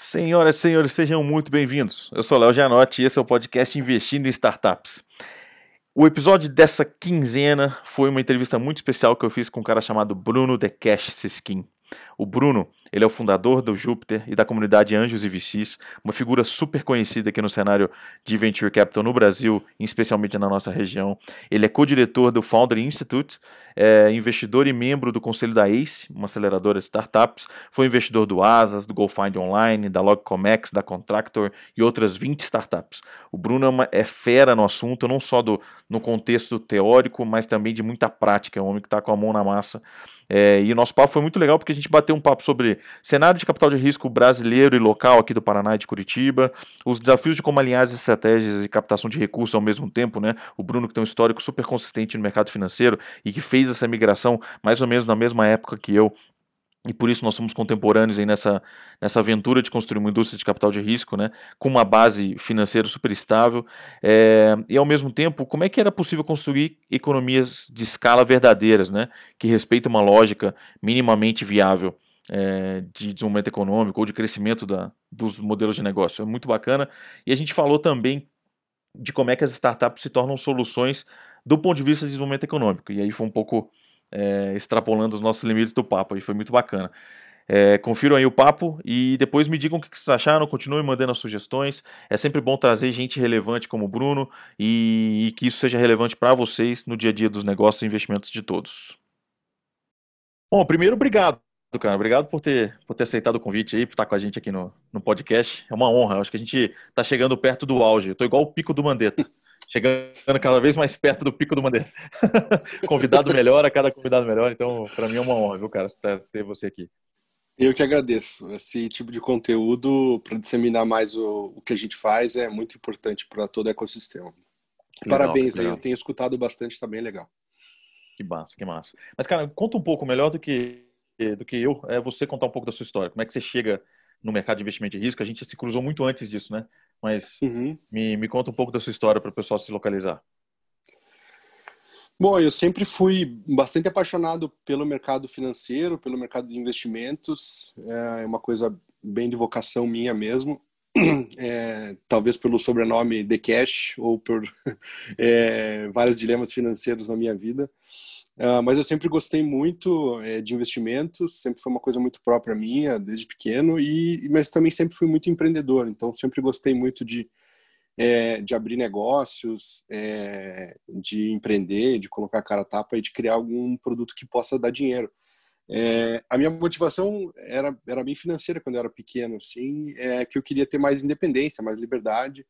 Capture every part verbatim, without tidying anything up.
Senhoras e senhores, sejam muito bem-vindos. Eu sou Léo Gianotti e esse é o podcast Investindo em Startups. O episódio dessa quinzena foi uma entrevista muito especial que eu fiz com um cara chamado Bruno The Cash Siskin. O Bruno, ele é o fundador do Júpiter e da comunidade Anjos e V Cs, uma figura super conhecida aqui no cenário de Venture Capital no Brasil, especialmente na nossa região. Ele é co-diretor do Founder Institute, é investidor e membro do conselho da ACE, uma aceleradora de startups, foi investidor do Asas, do GoFind Online, da Logcomex, da Contractor e outras vinte startups. O Bruno é, uma, é fera no assunto, não só do, no contexto teórico, mas também de muita prática, é um homem que está com a mão na massa. É, e o nosso papo foi muito legal porque a gente bateu um papo sobre cenário de capital de risco brasileiro e local aqui do Paraná e de Curitiba, os desafios de como alinhar as estratégias e captação de recursos ao mesmo tempo, né? O Bruno, que tem um histórico super consistente no mercado financeiro e que fez essa migração mais ou menos na mesma época que eu, e por isso nós somos contemporâneos aí nessa, nessa aventura de construir uma indústria de capital de risco, né, com uma base financeira super estável, é, e ao mesmo tempo, como é que era possível construir economias de escala verdadeiras, né, que respeitam uma lógica minimamente viável é, de desenvolvimento econômico ou de crescimento da, dos modelos de negócio. É muito bacana. E a gente falou também de como é que as startups se tornam soluções do ponto de vista de desenvolvimento econômico. E aí foi um pouco é, extrapolando os nossos limites do papo, e foi muito bacana. É, confiram aí o papo e depois me digam o que vocês acharam, continuem mandando as sugestões. É sempre bom trazer gente relevante como o Bruno e, e que isso seja relevante para vocês no dia a dia dos negócios e investimentos de todos. Bom, primeiro, obrigado, cara. Obrigado por ter, por ter aceitado o convite aí, por estar com a gente aqui no, no podcast. É uma honra. Acho que a gente está chegando perto do auge. Eu tô igual o pico do Mandetta. Chegando cada vez mais perto do pico do Mandetta. Convidado melhor, a cada convidado melhor. Então, para mim é uma honra, viu, cara, ter você aqui. Eu que agradeço. Esse tipo de conteúdo para disseminar mais o, o que a gente faz é muito importante para todo o ecossistema. Que legal, Parabéns que aí, legal. eu tenho escutado bastante, está bem legal. Que massa, que massa. Mas, cara, conta um pouco melhor do que, do que eu, é você contar um pouco da sua história. Como é que você chega no mercado de investimento de risco? A gente se cruzou muito antes disso, né? Mas Uhum. me, me conta um pouco da sua história para o pessoal se localizar. Bom, eu sempre fui bastante apaixonado pelo mercado financeiro, pelo mercado de investimentos. É uma coisa bem de vocação minha mesmo. É, talvez pelo sobrenome The Cash ou por é, vários dilemas financeiros na minha vida. Uh, mas eu sempre gostei muito é, de investimentos, sempre foi uma coisa muito própria minha, desde pequeno, e, mas também sempre fui muito empreendedor, então sempre gostei muito de, é, de abrir negócios, é, de empreender, de colocar a cara a tapa e de criar algum produto que possa dar dinheiro. É, a minha motivação era, era bem financeira quando eu era pequeno, assim, é que eu queria ter mais independência, mais liberdade.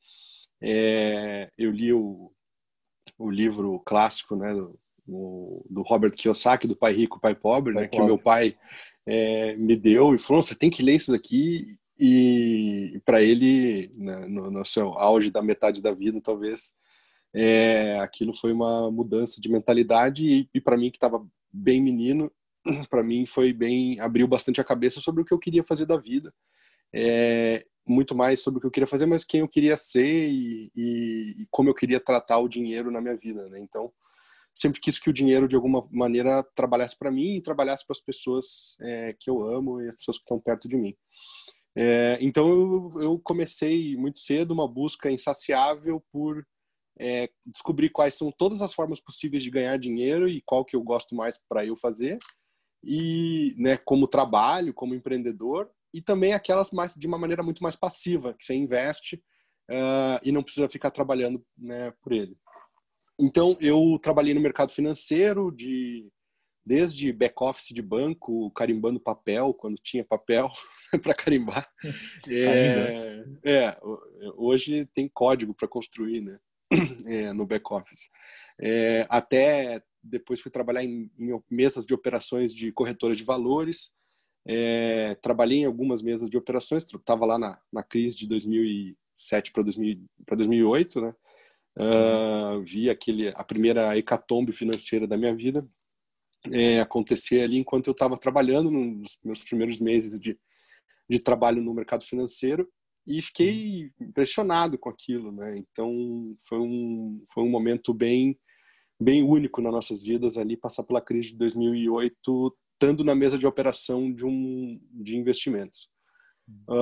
É, eu li o, o livro clássico, né, do, do Robert Kiyosaki, do Pai Rico, Pai Pobre, Pai né, que o meu pobre. pai é, me deu e falou, você tem que ler isso daqui. E para ele, né, no, no seu auge da metade da vida, talvez, é, aquilo foi uma mudança de mentalidade e, e para mim que estava bem menino, para mim foi bem, abriu bastante a cabeça sobre o que eu queria fazer da vida, é, muito mais sobre o que eu queria fazer, mas quem eu queria ser e, e, e como eu queria tratar o dinheiro na minha vida, né? Então sempre quis que o dinheiro de alguma maneira trabalhasse para mim e trabalhasse para as pessoas é, que eu amo e as pessoas que estão perto de mim. É, então eu, eu comecei muito cedo uma busca insaciável por é, descobrir quais são todas as formas possíveis de ganhar dinheiro e qual que eu gosto mais para eu fazer, e né, como trabalho, como empreendedor, e também aquelas mais de uma maneira muito mais passiva, que você investe uh, e não precisa ficar trabalhando, né, por ele. Então eu trabalhei no mercado financeiro, de desde back-office de banco, carimbando papel, quando tinha papel para carimbar. Ainda, né? É, é, hoje tem código para construir, né? É, no back-office. É, até depois fui trabalhar em, em mesas de operações de corretoras de valores. É, trabalhei em algumas mesas de operações, estava lá na, na crise de dois mil e sete para dois mil e oito, né? Uhum. Uh, vi aquele, a primeira hecatombe financeira da minha vida é, acontecer ali enquanto eu estava trabalhando nos meus primeiros meses de, de trabalho no mercado financeiro, e fiquei impressionado com aquilo, né? Então foi um, foi um momento bem, bem único nas nossas vidas ali, passar pela crise de dois mil e oito, estando na mesa de operação de, um, de investimentos. Uh,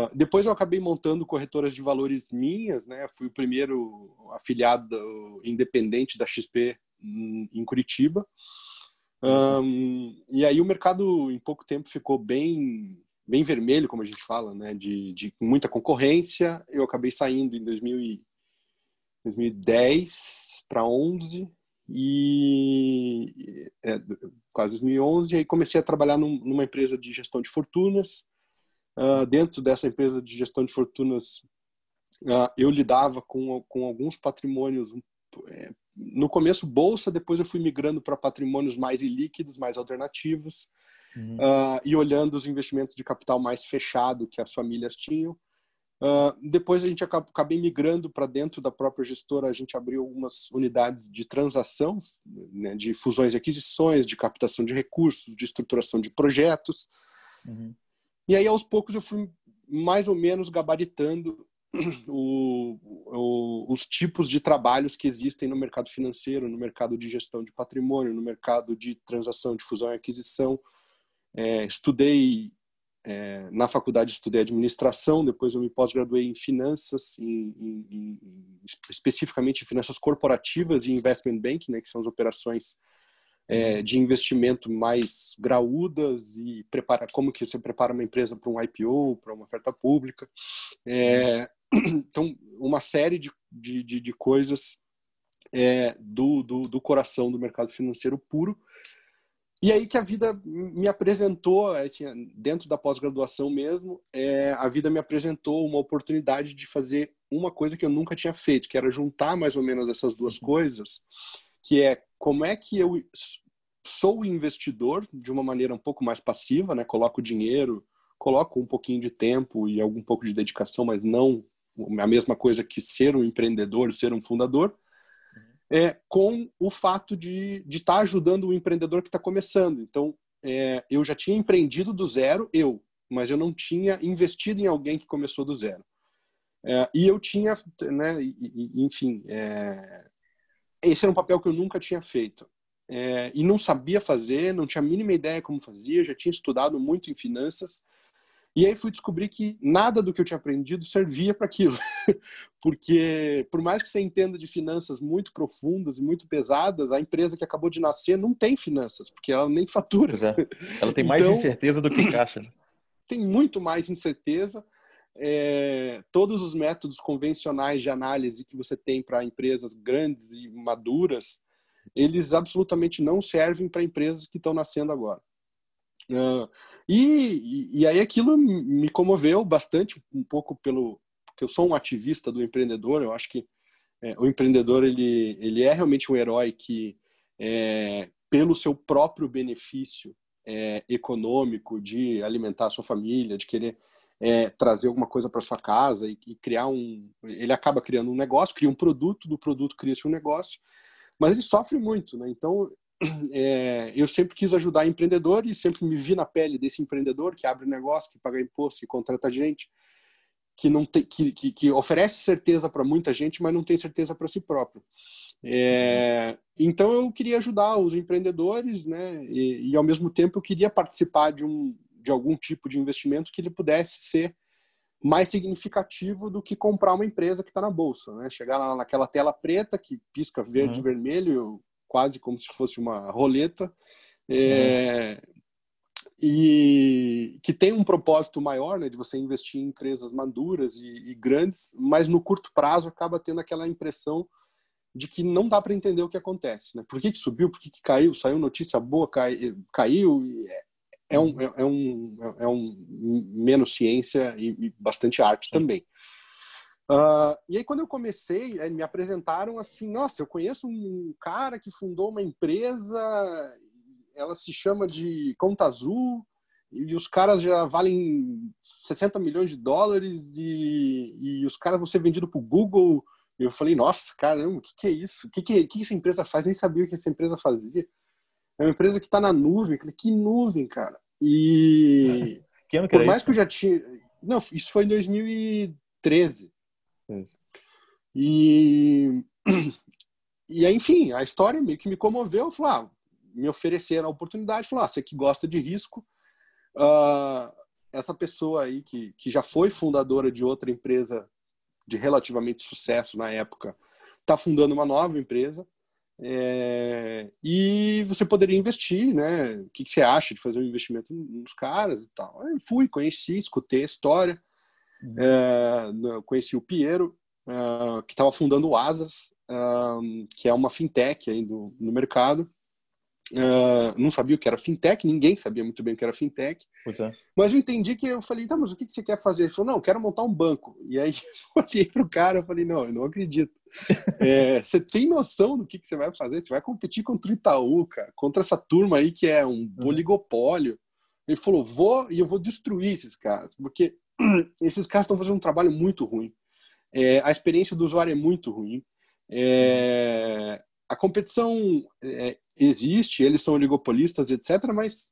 Uh, depois eu acabei montando corretoras de valores minhas, né? Fui o primeiro afiliado independente da X P em, em Curitiba. Um, e aí o mercado em pouco tempo ficou bem, bem vermelho, como a gente fala, né? De, de muita concorrência. Eu acabei saindo em dois mil e dez para onze e é, quase dois mil e onze, e aí comecei a trabalhar num, numa empresa de gestão de fortunas. Uh, dentro dessa empresa de gestão de fortunas, uh, eu lidava com, com alguns patrimônios, é, no começo bolsa, depois eu fui migrando para patrimônios mais ilíquidos, mais alternativos, uhum. uh, e olhando os investimentos de capital mais fechado que as famílias tinham. Uh, depois a gente acabou, acabei migrando para dentro da própria gestora, a gente abriu algumas unidades de transação, né, de fusões e aquisições, de captação de recursos, de estruturação de projetos. Uhum. E aí, aos poucos, eu fui mais ou menos gabaritando o, o, os tipos de trabalhos que existem no mercado financeiro, no mercado de gestão de patrimônio, no mercado de transação, de fusão e aquisição. É, estudei, é, na faculdade, estudei administração, depois eu me pós-graduei em finanças, em, em, em, especificamente em finanças corporativas e investment banking, né, que são as operações É, de investimento mais graúdas e prepara, como que você prepara uma empresa para um I P O, para uma oferta pública. É, então, uma série de, de, de coisas é, do, do, do coração do mercado financeiro puro. E aí que a vida me apresentou, assim, dentro da pós-graduação mesmo, é, a vida me apresentou uma oportunidade de fazer uma coisa que eu nunca tinha feito, que era juntar mais ou menos essas duas coisas, que é como é que eu sou investidor de uma maneira um pouco mais passiva, né? Coloco dinheiro, coloco um pouquinho de tempo e algum pouco de dedicação, mas não a mesma coisa que ser um empreendedor, ser um fundador, é, com o fato de de estar ajudando o empreendedor que está começando. Então, é, eu já tinha empreendido do zero, eu, mas eu não tinha investido em alguém que começou do zero. É, e eu tinha, né, e, e, enfim, é, esse era um papel que eu nunca tinha feito. É, e não sabia fazer, não tinha a mínima ideia como fazia, já tinha estudado muito em finanças. E aí fui descobrir que nada do que eu tinha aprendido servia para aquilo. Porque, por mais que você entenda de finanças muito profundas e muito pesadas, a empresa que acabou de nascer não tem finanças, porque ela nem fatura. Pois é. Ela tem mais então, incerteza do que caixa. Tem muito mais incerteza. É, todos os métodos convencionais de análise que você tem para empresas grandes e maduras, eles absolutamente não servem para empresas que estão nascendo agora. Uh, e, e aí aquilo me comoveu bastante, um pouco pelo porque eu sou um ativista do empreendedor. Eu acho que é, o empreendedor ele, ele é realmente um herói que, é, pelo seu próprio benefício é, econômico, de alimentar a sua família, de querer é, trazer alguma coisa para sua casa e, e criar um... Ele acaba criando um negócio, cria um produto, do produto cria-se um negócio, mas ele sofre muito, né? Então, é, eu sempre quis ajudar empreendedor e sempre me vi na pele desse empreendedor que abre negócio, que paga imposto, que contrata gente, que, não tem, que, que, que oferece certeza para muita gente, mas não tem certeza para si próprio. É, então, eu queria ajudar os empreendedores, né? E, e, ao mesmo tempo, eu queria participar de, um, de algum tipo de investimento que ele pudesse ser mais significativo do que comprar uma empresa que está na bolsa, né? Chegar lá naquela tela preta que pisca verde e uhum. vermelho, quase como se fosse uma roleta, é, uhum. e que tem um propósito maior, né, de você investir em empresas maduras e, e grandes, mas no curto prazo acaba tendo aquela impressão de que não dá para entender o que acontece, né? Por que, que subiu, por que, que caiu, saiu notícia boa, cai, caiu, é, é, um, é, um, é um menos ciência e, e bastante arte também. Uh, e aí quando eu comecei, me apresentaram assim, nossa, eu conheço um cara que fundou uma empresa, ela se chama de Conta Azul, e os caras já valem sessenta milhões de dólares, e, e os caras vão ser vendidos para o Google. E eu falei, nossa, caramba, o que, que é isso? O que, que, que essa empresa faz? Nem sabia o que essa empresa fazia. É uma empresa que está na nuvem. Eu falei, que nuvem, cara? E que ano que por era mais isso? que eu já tinha... Não, isso foi em dois mil e treze. E, e aí, enfim, a história meio que me comoveu. Falei, ah, me ofereceram a oportunidade. Falei, ah, você que gosta de risco, uh, essa pessoa aí que, que já foi fundadora de outra empresa de relativamente sucesso na época, está fundando uma nova empresa, é, e você poderia investir, né? O que, que você acha de fazer um investimento nos caras e tal? Eu fui, conheci, escutei a história, Uhum. é, conheci o Piero, é, que estava fundando o Asas, é, que é uma fintech aí do, no mercado. Uh, não sabia o que era fintech, ninguém sabia muito bem o que era fintech, Pois é. mas eu entendi que eu falei, tá, mas o que você quer fazer? Ele falou, não, eu quero montar um banco. E aí eu olhei pro cara e falei, não, eu não acredito. É, você tem noção do que, que você vai fazer? Você vai competir contra o Itaú, cara, contra essa turma aí que é um oligopólio. Ele falou, vou e eu vou destruir esses caras, porque esses caras estão fazendo um trabalho muito ruim. É, a experiência do usuário é muito ruim. É, a competição é, existe, eles são oligopolistas, etcétera, mas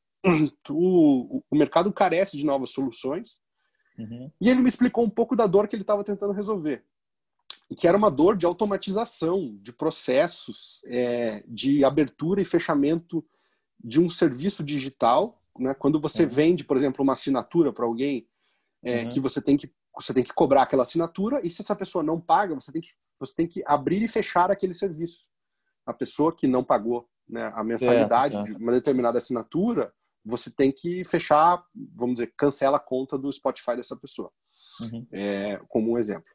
o, o mercado carece de novas soluções. Uhum. E ele me explicou um pouco da dor que ele estava tentando resolver, que era uma dor de automatização de processos, é, de abertura e fechamento de um serviço digital, né? Quando você uhum. vende, por exemplo, uma assinatura para alguém, é, uhum. que você tem que você tem que cobrar aquela assinatura, e se essa pessoa não paga, você tem que, você tem que abrir e fechar aquele serviço. A pessoa que não pagou, né, a mensalidade certo, certo. de uma determinada assinatura, você tem que fechar, vamos dizer, cancela a conta do Spotify dessa pessoa, uhum. é, como um exemplo.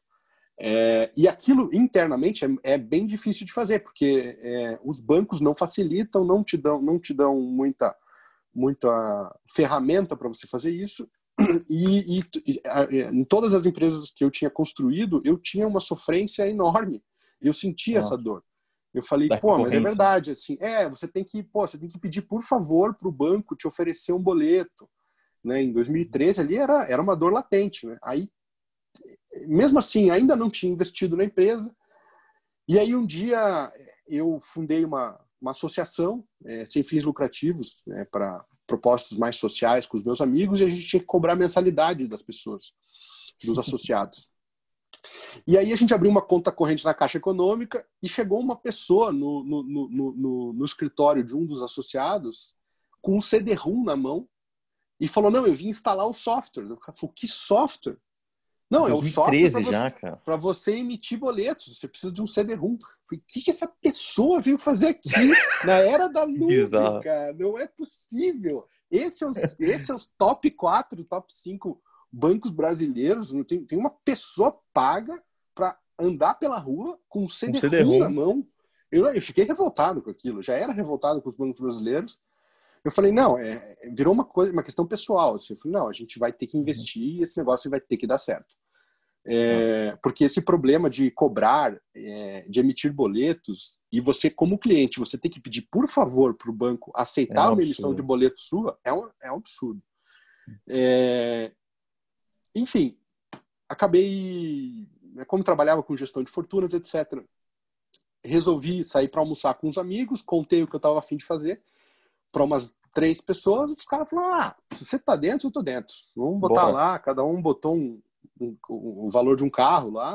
É, e aquilo internamente é, é bem difícil de fazer, porque é, os bancos não facilitam, não te dão, não te dão muita, muita ferramenta para você fazer isso. E, e, e em todas as empresas que eu tinha construído, eu tinha uma sofrência enorme. Eu sentia ah. essa dor. Eu falei, da pô, mas é verdade, assim, é, você tem que, pô, você tem que pedir, por favor, para o banco te oferecer um boleto, né? Em dois mil e treze ali era, era uma dor latente, né? Aí, mesmo assim, ainda não tinha investido na empresa. E aí um dia eu fundei uma, uma associação é, sem fins lucrativos, né, para propósitos mais sociais com os meus amigos, e a gente tinha que cobrar mensalidade das pessoas, dos associados. E aí a gente abriu uma conta corrente na Caixa Econômica e chegou uma pessoa no, no, no, no, no escritório de um dos associados com um C D ROM na mão e falou, não, eu vim instalar o software. O cara falou, que software? Não, é o software para você, para você emitir boletos. Você precisa de um C D ROM. O que, que essa pessoa veio fazer aqui na era da nuvem, cara? Não é possível. Esse é os, esse é os top quatro, top cinco bancos brasileiros. Tem, tem uma pessoa paga para andar pela rua com um C D ROM na mão. Eu, eu fiquei revoltado com aquilo. Já era revoltado com os bancos brasileiros. Eu falei, não, é, virou uma coisa, uma questão pessoal. Assim. Eu falei, não, a gente vai ter que investir e esse negócio vai ter que dar certo. É, porque esse problema de cobrar, é, de emitir boletos, e você, como cliente, você tem que pedir, por favor, para o banco aceitar é um uma emissão de boleto sua, é um, é um absurdo. É, enfim, acabei, como trabalhava com gestão de fortunas, etcétera, resolvi sair para almoçar com os amigos, contei o que eu estava a fim de fazer para umas três pessoas, e os caras falaram, ah, se você está dentro, eu estou dentro. Vamos botar Bora. lá, cada um botou um o valor de um carro lá.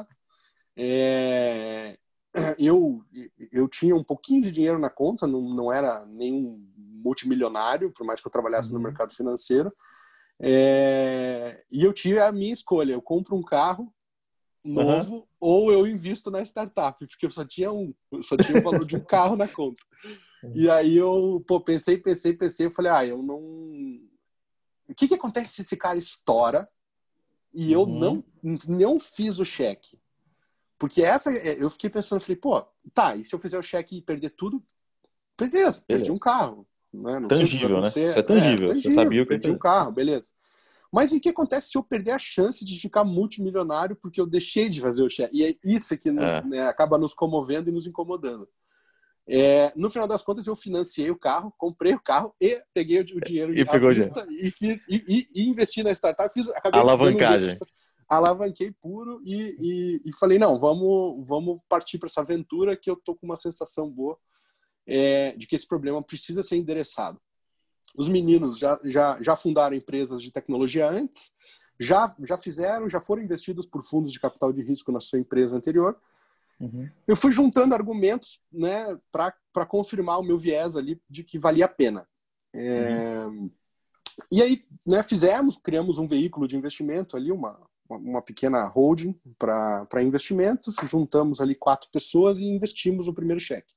É, eu, eu tinha um pouquinho de dinheiro na conta, não, não era nenhum multimilionário, por mais que eu trabalhasse uhum. no mercado financeiro. É, e eu tive a minha escolha: eu compro um carro novo uhum. ou eu invisto na startup, porque eu só tinha um, eu só tinha o valor de um carro na conta. Uhum. E aí eu pô, pensei, pensei, pensei, eu falei, ah, eu não. O que, que acontece se esse cara estoura? E eu uhum. não, não fiz o cheque. Porque essa, eu fiquei pensando, falei, pô, tá, e se eu fizer o cheque e perder tudo? Beleza, perdi um carro. Né? Não tangível, sei o que vai acontecer. Né? Isso é tangível. É, tangível, você sabia o que perdi um carro, beleza. Mas e o que acontece se eu perder a chance de ficar multimilionário porque eu deixei de fazer o cheque? E é isso que nos, é. Né, acaba nos comovendo e nos incomodando. É, no final das contas, eu financiei o carro, comprei o carro e peguei o dinheiro e à vista e, fiz, e, e, e investi na startup. Fiz, acabei alavancagem. Um alavanquei puro e, e, e falei, não, vamos, vamos partir para essa aventura que eu tô com uma sensação boa é, de que esse problema precisa ser endereçado. Os meninos já, já, já fundaram empresas de tecnologia antes, já, já fizeram, já foram investidos por fundos de capital de risco na sua empresa anterior. Uhum. Eu fui juntando argumentos, né, para confirmar o meu viés ali de que valia a pena. É, uhum. E aí, né, fizemos, criamos um veículo de investimento ali, uma, uma pequena holding para investimentos, juntamos ali quatro pessoas e investimos o primeiro cheque.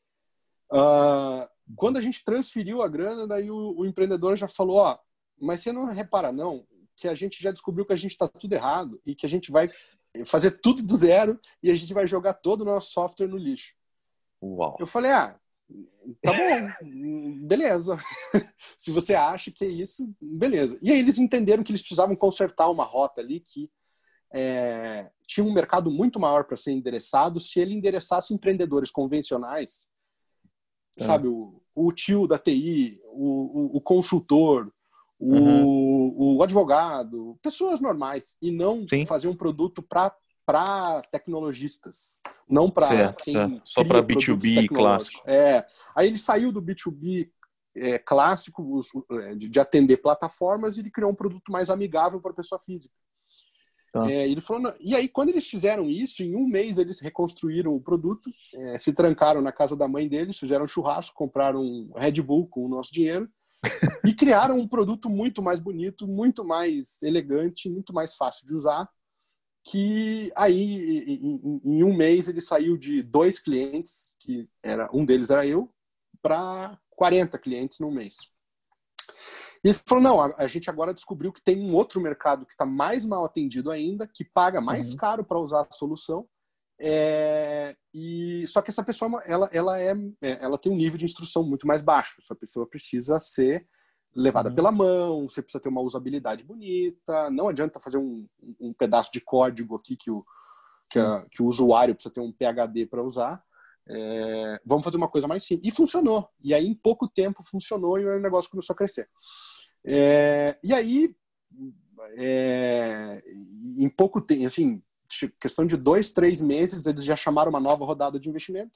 Uh, quando a gente transferiu a grana, daí o, o empreendedor já falou, ó, mas você não repara não, que a gente já descobriu que a gente está tudo errado e que a gente vai fazer tudo do zero e a gente vai jogar todo o nosso software no lixo. Uau. Eu falei, ah, tá bom, beleza. Se você acha que é isso, beleza. E aí eles entenderam que eles precisavam consertar uma rota ali que é, tinha um mercado muito maior para ser endereçado se ele endereçasse empreendedores convencionais, é. sabe, o, o tio da T I, o, o, o consultor, o, uhum. o advogado, pessoas normais, e não Sim. fazer um produto para para tecnologistas, não para quem certo. Só para B dois B clássico. É. Aí ele saiu do B dois B é, clássico de, de atender plataformas e ele criou um produto mais amigável para a pessoa física. Tá. É, ele falou, não, e aí quando eles fizeram isso, em um mês eles reconstruíram o produto, é, se trancaram na casa da mãe deles, fizeram um churrasco, compraram um Red Bull com o nosso dinheiro e criaram um produto muito mais bonito, muito mais elegante, muito mais fácil de usar, que aí em, em um mês ele saiu de dois clientes, que era um deles era eu, para quarenta clientes num mês. E ele falou, não, a, a gente agora descobriu que tem um outro mercado que está mais mal atendido ainda, que paga mais uhum. caro para usar a solução, é, e, só que essa pessoa ela, ela, é, ela tem um nível de instrução muito mais baixo, essa pessoa precisa ser levada uhum. pela mão, você precisa ter uma usabilidade bonita, não adianta fazer um, um pedaço de código aqui que o, que, a, que o usuário precisa ter um P H D para usar, é, vamos fazer uma coisa mais simples. E funcionou, e aí em pouco tempo funcionou e o negócio começou a crescer. É, e aí, é, em pouco tempo, assim, questão de dois, três meses, eles já chamaram uma nova rodada de investimento,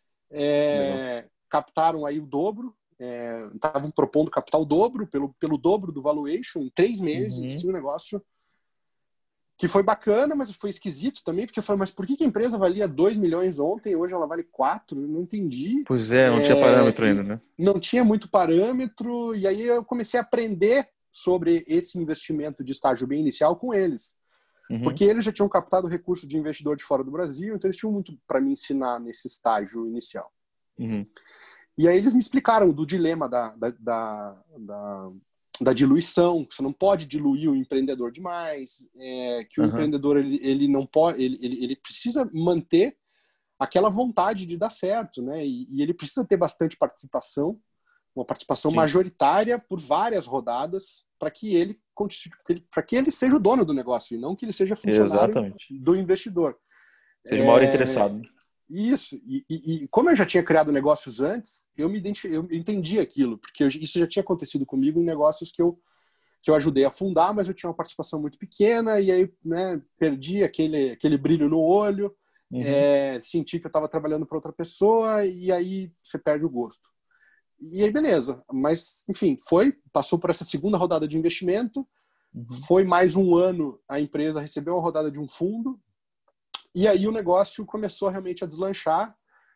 é, captaram aí o dobro, estavam é, propondo captar o dobro, pelo, pelo dobro do valuation, em três meses, uhum. assim, um negócio que foi bacana, mas foi esquisito também, porque eu falei, mas por que, que a empresa valia dois milhões ontem e hoje ela vale quatro? Eu não entendi. Pois é, não é, tinha parâmetro ainda, né? Não tinha muito parâmetro, e aí eu comecei a aprender sobre esse investimento de estágio bem inicial com eles. Uhum. Porque eles já tinham captado recurso de investidor de fora do Brasil, então eles tinham muito para me ensinar nesse estágio inicial. Uhum. E aí eles me explicaram do dilema da, da, da, da, da diluição, que você não pode diluir o empreendedor demais, é, que o uhum. empreendedor ele, ele não pode, ele, ele, ele precisa manter aquela vontade de dar certo, né? E, e ele precisa ter bastante participação, uma participação Sim. majoritária por várias rodadas, para que ele para que ele seja o dono do negócio e não que ele seja funcionário Exatamente. do investidor. Seja o maior é... interessado. Isso, e, e, e como eu já tinha criado negócios antes, eu me identifiquei, eu entendi aquilo, porque eu, isso já tinha acontecido comigo em negócios que eu, que eu ajudei a fundar, mas eu tinha uma participação muito pequena, e aí né, perdi aquele, aquele brilho no olho, uhum. é, senti que eu estava trabalhando para outra pessoa, e aí você perde o gosto. E aí beleza, mas enfim, foi, passou por essa segunda rodada de investimento, uhum. foi mais um ano, a empresa recebeu uma rodada de um fundo, e aí o negócio começou realmente a deslanchar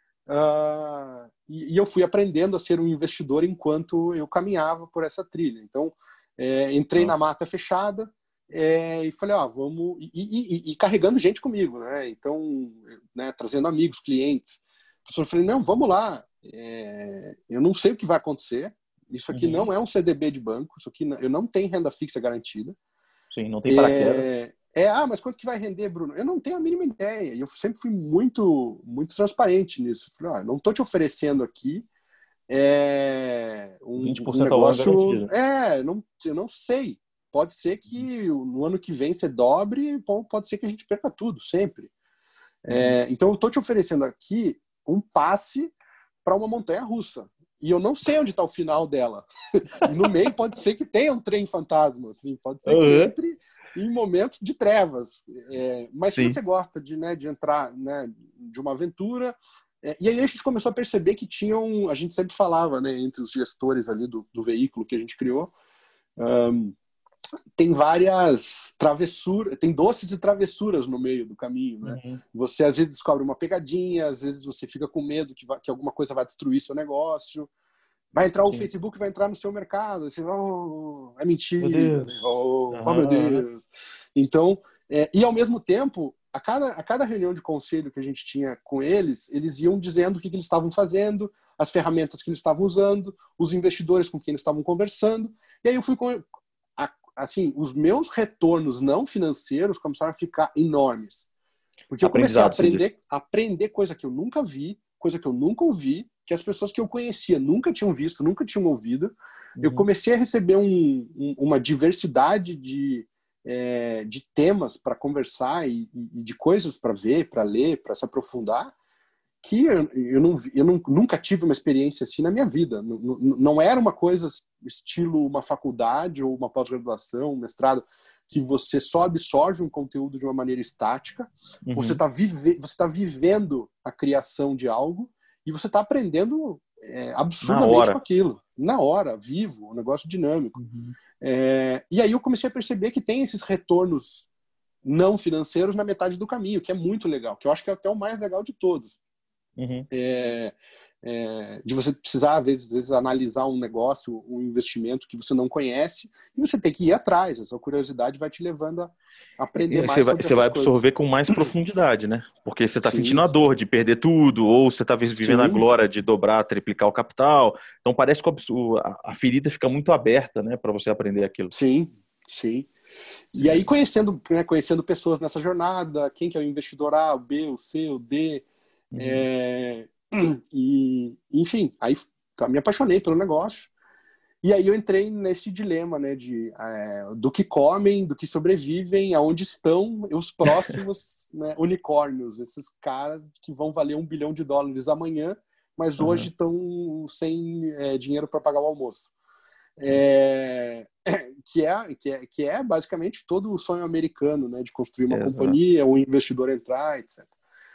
uh, e, e eu fui aprendendo a ser um investidor enquanto eu caminhava por essa trilha. Então, é, entrei ah. na mata fechada é, e falei, ó, vamos... E, e, e, e carregando gente comigo, né? Então, né, trazendo amigos, clientes. Eu falei, não, vamos lá. É, eu não sei o que vai acontecer. Isso aqui uhum. não é um C D B de banco. Isso aqui, eu não tenho renda fixa garantida. Sim, não tem paraquedas. É, É, ah, mas quanto que vai render, Bruno? Eu não tenho a mínima ideia. E eu sempre fui muito, muito transparente nisso. Falei, ah, não estou te oferecendo aqui é, um, vinte por cento um negócio... ao ano garantido. É, não, eu não sei. Pode ser que no ano que vem você dobre, pode ser que a gente perca tudo, sempre. Uhum. É, então eu estou te oferecendo aqui um passe para uma montanha-russa. E eu não sei onde está o final dela. E no meio pode ser que tenha um trem fantasma. Assim, pode ser uhum. que entre... em momentos de trevas. É, mas Sim. se você gosta de, né, de entrar né, de uma aventura... É, e aí a gente começou a perceber que tinham... A gente sempre falava, né, entre os gestores ali do, do veículo que a gente criou, um, tem várias travessuras, tem doces e travessuras no meio do caminho. Né? Uhum. Você às vezes descobre uma pegadinha, às vezes você fica com medo que, vai, que alguma coisa vai destruir seu negócio. vai entrar o sim. Facebook, vai entrar no seu mercado. Você, oh, é Meu mentira. Deus. Oh, oh, meu Aham. Deus. Então, é, e ao mesmo tempo, a cada, a cada reunião de conselho que a gente tinha com eles, eles iam dizendo o que, que eles estavam fazendo, as ferramentas que eles estavam usando, os investidores com quem eles estavam conversando. E aí eu fui com... a- Assim, os meus retornos não financeiros começaram a ficar enormes. Porque eu comecei a Aprendizado, você disse. aprender, a aprender coisa que eu nunca vi, coisa que eu nunca ouvi, que as pessoas que eu conhecia nunca tinham visto, nunca tinham ouvido. Eu Uhum. comecei a receber um, um, uma diversidade de, é, de temas para conversar e, e de coisas para ver, para ler, para se aprofundar, que eu, eu, não, eu não, nunca tive uma experiência assim na minha vida. Não, não, não era uma coisa estilo uma faculdade ou uma pós-graduação, um mestrado, que você só absorve um conteúdo de uma maneira estática, Uhum. você está vive, você tá vivendo a criação de algo e você está aprendendo é, absurdamente com aquilo. Na hora, vivo, um negócio dinâmico. Uhum. É, e aí eu comecei a perceber que tem esses retornos não financeiros na metade do caminho, que é muito legal, que eu acho que é até o mais legal de todos. Uhum. É, é, de você precisar, às vezes, às vezes, analisar um negócio, um investimento que você não conhece, e você tem que ir atrás. A sua curiosidade vai te levando a aprender E você mais vai, sobre você vai essas coisas. absorver com mais profundidade, né? Porque você está sentindo Sim, a dor de perder tudo, ou você está vivendo a sim, glória de dobrar, triplicar o capital. Então parece que o absu- a a ferida fica muito aberta, né, para você aprender aquilo. sim, sim. E aí, conhecendo, né, conhecendo pessoas nessa jornada, quem que é o investidor A, o B, o C, o D, Uhum. é, e, enfim, aí me apaixonei pelo negócio. E aí eu entrei nesse dilema, né, de, é, do que comem, do que sobrevivem, aonde estão os próximos, né, unicórnios, esses caras que vão valer um bilhão de dólares amanhã, mas hoje Uhum. estão sem é, dinheiro para pagar o almoço. É, que, é, que, é, que é basicamente todo o sonho americano, né, de construir uma Exato. companhia, um investidor entrar, etcétera.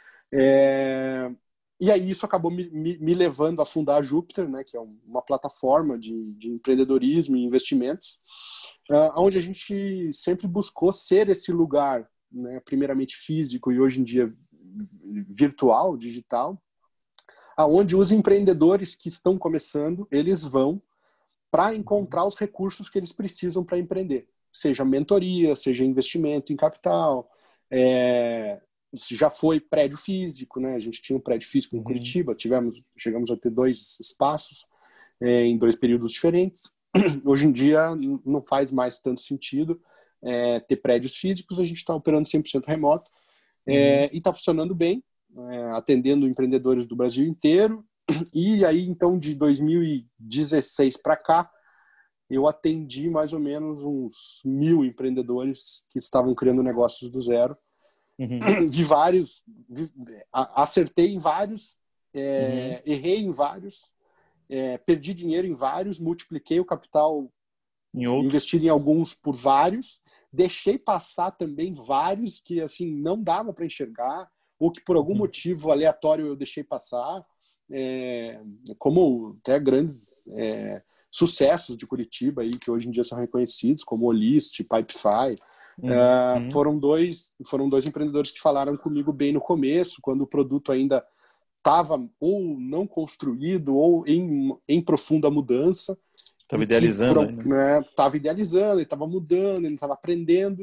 É, e aí isso acabou me, me, me levando a fundar a Júpiter, né, que é uma plataforma de, de empreendedorismo e investimentos, uh, onde a gente sempre buscou ser esse lugar, né, primeiramente físico e hoje em dia virtual, digital, aonde os empreendedores que estão começando, eles vão para encontrar os recursos que eles precisam para empreender, seja mentoria, seja investimento em capital, é, já foi prédio físico, né? A gente tinha um prédio físico em Uhum. Curitiba, tivemos, chegamos a ter dois espaços é, em dois períodos diferentes. Hoje em dia não faz mais tanto sentido é, ter prédios físicos, a gente está operando cem por cento remoto é, Uhum. e está funcionando bem, é, atendendo empreendedores do Brasil inteiro. E aí, então, de dois mil e dezesseis para cá, eu atendi mais ou menos uns mil empreendedores que estavam criando negócios do zero. Uhum. Vi vários, vi, acertei em vários, Uhum. é, errei em vários, é, perdi dinheiro em vários, multipliquei o capital Em outros. investido em alguns por vários, deixei passar também vários que assim não dava para enxergar, ou que por algum Uhum. motivo aleatório eu deixei passar, é, como até grandes é, sucessos de Curitiba aí, que hoje em dia são reconhecidos, como Olist, Pipefy. Uh, Uhum. foram dois foram dois empreendedores que falaram comigo bem no começo, quando o produto ainda estava ou não construído ou em, em profunda mudança, Estava e que idealizando aí, né? estava né, idealizando, ele estava mudando, ele estava aprendendo.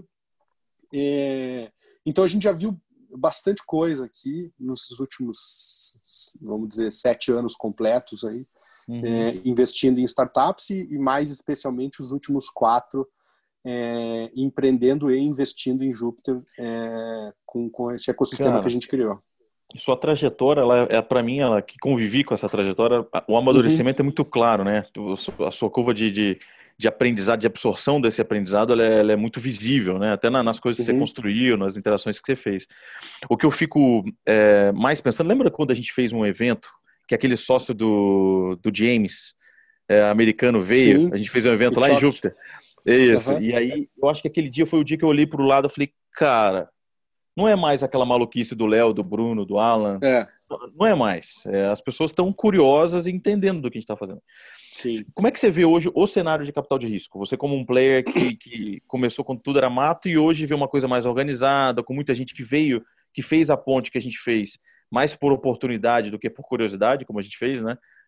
É, então a gente já viu bastante coisa aqui nos últimos, vamos dizer, sete anos completos aí, Uhum. é, investindo em startups e, e mais especialmente os últimos quatro é, empreendendo e investindo em Júpiter é, com, com esse ecossistema que a Cara, gente criou. sua trajetória, ela é para mim, ela que convivi com essa trajetória, o Uhum, amadurecimento é muito claro, né? A sua curva de, de, de aprendizado, de absorção desse aprendizado, ela é, ela é muito visível, né? Até na- nas coisas que você uhum. construiu, nas interações que você fez. O que eu fico é, mais pensando, lembra quando a gente fez um evento que aquele sócio do, do James, é, americano, veio? Sim, A gente fez um o evento lá em Chuck. Júpiter. É isso. Uhum. E aí, eu acho que aquele dia foi o dia que eu olhei para o lado e falei, cara, não é mais aquela maluquice do Léo, do Bruno, do Alan. É, Não é mais. É, as pessoas estão curiosas e entendendo do que a gente está fazendo. sim. Como é que você vê hoje o cenário de capital de risco? Você como um player que, que começou quando tudo era mato e hoje vê uma coisa mais organizada, com muita gente que veio, que fez a ponte que a gente fez, mais por oportunidade do que por curiosidade, como a gente fez, né?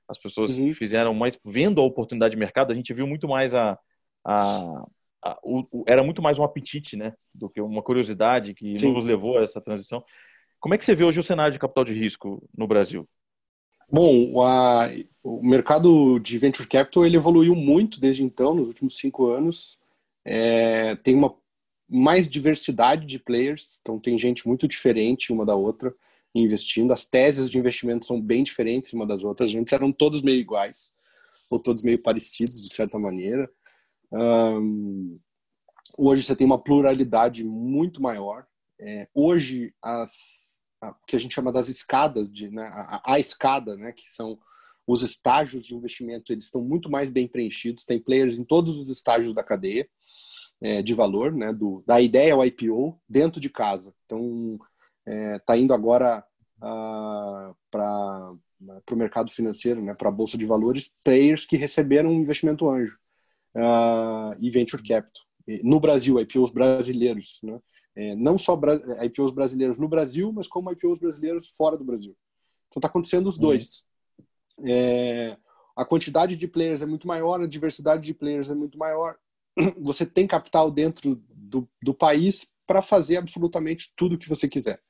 as pessoas Uhum. fizeram mais, vendo a oportunidade de mercado, a gente viu muito mais a, a, a o, o, era muito mais um apetite, né, do que uma curiosidade que Sim. nos levou a essa transição. Como é que você vê hoje o cenário de capital de risco no Brasil? Bom, a, o mercado de venture capital ele evoluiu muito desde então, nos últimos cinco anos. É, tem uma mais diversidade de players, então tem gente muito diferente uma da outra investindo. As teses de investimento são bem diferentes uma das outras. Antes eram todos meio iguais, ou todos meio parecidos, de certa maneira. Um, hoje você tem uma pluralidade muito maior. É, hoje, as, a, o que a gente chama das escadas, de, né, a, a escada, né, que são os estágios de investimento, eles estão muito mais bem preenchidos. Tem players em todos os estágios da cadeia é, de valor, né, do, da ideia ao I P O, dentro de casa. Então, está é, indo agora uh, para o mercado financeiro, né, para a Bolsa de Valores, players que receberam um investimento anjo uh, e venture capital. No Brasil, I P Os brasileiros, né? É, não só I P Os brasileiros no Brasil, mas como I P Os brasileiros fora do Brasil. Então está acontecendo os dois. Uhum. É, a quantidade de players é muito maior, a diversidade de players é muito maior. Você tem capital dentro do, do país para fazer absolutamente tudo que você quiser.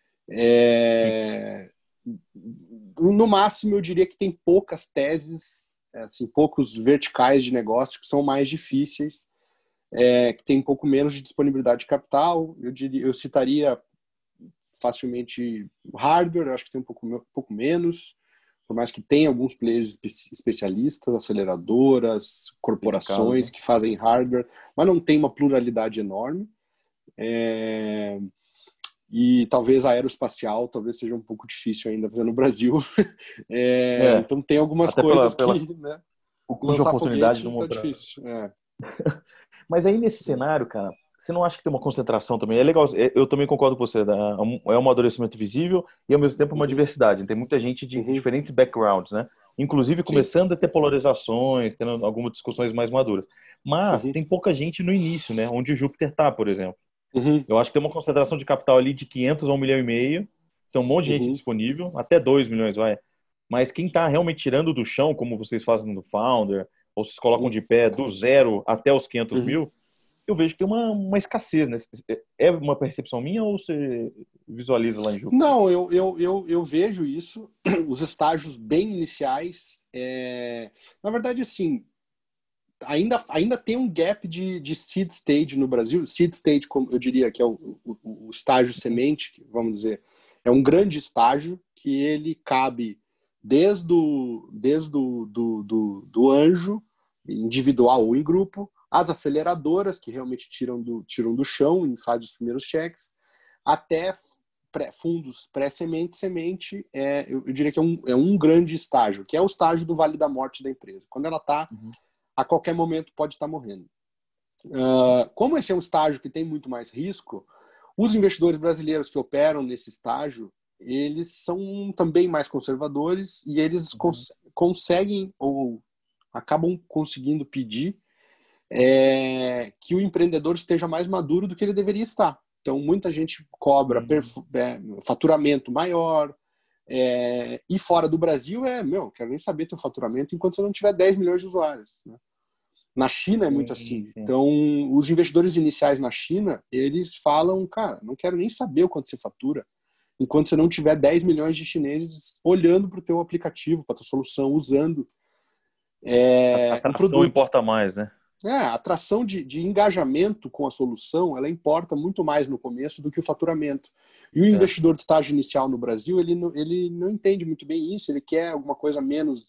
É, no máximo, eu diria que tem poucas teses, assim, poucos verticais de negócio que são mais difíceis. É, que tem um pouco menos de disponibilidade de capital. Eu, diria, eu citaria facilmente hardware, eu acho que tem um pouco, um pouco menos, por mais que tenha alguns players especialistas, aceleradoras, corporações Dedicado, né? que fazem hardware, mas não tem uma pluralidade enorme. É, e talvez a aeroespacial talvez seja um pouco difícil ainda fazer no Brasil. É, É, então tem algumas até pela, coisas pela que, né, o custo de lançar oportunidade de foguete uma tá outra. difícil. É. Mas aí nesse cenário, cara, você não acha que tem uma concentração também? É legal, eu também concordo com você, né? É um amadurecimento visível e ao mesmo tempo uma Uhum. diversidade. Tem muita gente de Uhum. diferentes backgrounds, né? Inclusive Sim. começando a ter polarizações, tendo algumas discussões mais maduras. Mas Uhum. tem pouca gente no início, né? Onde o Júpiter tá, por exemplo. Uhum. Eu acho que tem uma concentração de capital ali de quinhentos a um milhão e meio. Tem um monte de gente Uhum. disponível, até dois milhões, vai. Mas quem está realmente tirando do chão, como vocês fazem no Founder, ou vocês colocam Uhum. de pé do zero até os quinhentos Uhum. mil, eu vejo que tem uma, uma escassez, né? É uma percepção minha ou você visualiza lá em Júpiter? Não, eu, eu, eu, eu vejo isso, os estágios bem iniciais. É... Na verdade, assim, ainda, ainda tem um gap de, de seed stage no Brasil. Seed stage, como eu diria, que é o, o, o estágio semente, vamos dizer, é um grande estágio que ele cabe desde o, desde o do, do, do anjo, individual ou em grupo, as aceleradoras, que realmente tiram do, tiram do chão e fazem os primeiros cheques, até pré, fundos pré-semente, semente, é, eu, eu diria que é um, é um grande estágio, que é o estágio do vale da morte da empresa. Quando ela está, Uhum. a qualquer momento pode estar morrendo. Uh, como esse é um estágio que tem muito mais risco, os investidores brasileiros que operam nesse estágio, eles são também mais conservadores e eles cons conseguem ou acabam conseguindo pedir é, que o empreendedor esteja mais maduro do que ele deveria estar. Então, muita gente cobra Uhum. é, faturamento maior, é, e fora do Brasil é, meu, quero nem saber teu faturamento enquanto você não tiver dez milhões de usuários, né? Na China é muito Sim, assim. sim. Então, os investidores iniciais na China, eles falam, cara, não quero nem saber o quanto você fatura, enquanto você não tiver dez milhões de chineses olhando para o teu aplicativo, para a tua solução, usando A é, o atração produto. importa mais, né? É, a atração de, de engajamento com a solução, ela importa muito mais no começo do que o faturamento. E o É. investidor de estágio inicial no Brasil, ele não, ele não entende muito bem isso, ele quer alguma coisa menos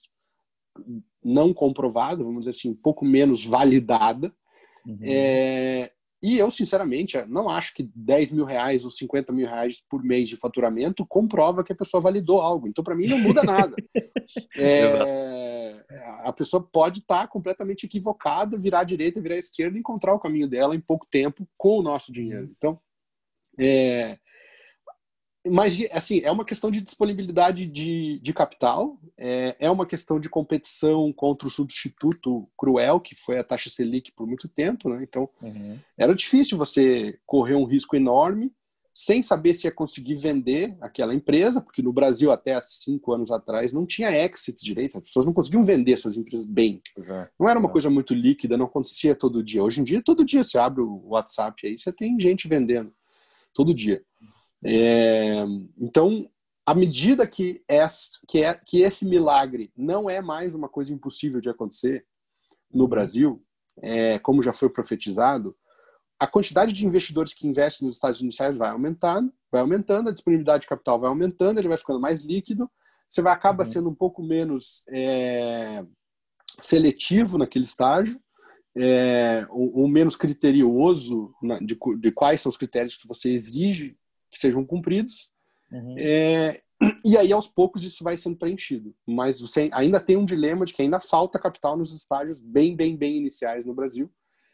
não comprovada, vamos dizer assim, um pouco menos validada. Uhum. É, e eu, sinceramente, não acho que dez mil reais ou cinquenta mil reais por mês de faturamento comprova que a pessoa validou algo. Então, para mim, não muda nada. Exato. É, a pessoa pode estar completamente equivocada, virar à direita, virar à esquerda e encontrar o caminho dela em pouco tempo com o nosso dinheiro. Uhum. Então, é, mas, assim, é uma questão de disponibilidade de, de capital, é, é uma questão de competição contra o substituto cruel, que foi a taxa Selic por muito tempo, né? Então, Uhum. era difícil você correr um risco enorme sem saber se ia conseguir vender aquela empresa, porque no Brasil, até há cinco anos atrás, não tinha exit direito, as pessoas não conseguiam vender suas empresas bem. Exato. Não era uma Exato. coisa muito líquida, não acontecia todo dia. Hoje em dia, todo dia você abre o WhatsApp aí, você tem gente vendendo, todo dia. É, então, à medida que, essa, que, é, que esse milagre não é mais uma coisa impossível de acontecer no Brasil, é, como já foi profetizado, a quantidade de investidores que investem nos estágios iniciais vai aumentando, vai aumentando, a disponibilidade de capital vai aumentando, ele vai ficando mais líquido, você vai acaba uhum. sendo um pouco menos é, seletivo naquele estágio, é, ou, ou menos criterioso na, de, de quais são os critérios que você exige que sejam cumpridos, uhum. é, e aí aos poucos isso vai sendo preenchido. Mas você ainda tem um dilema de que ainda falta capital nos estágios bem, bem, bem iniciais no Brasil.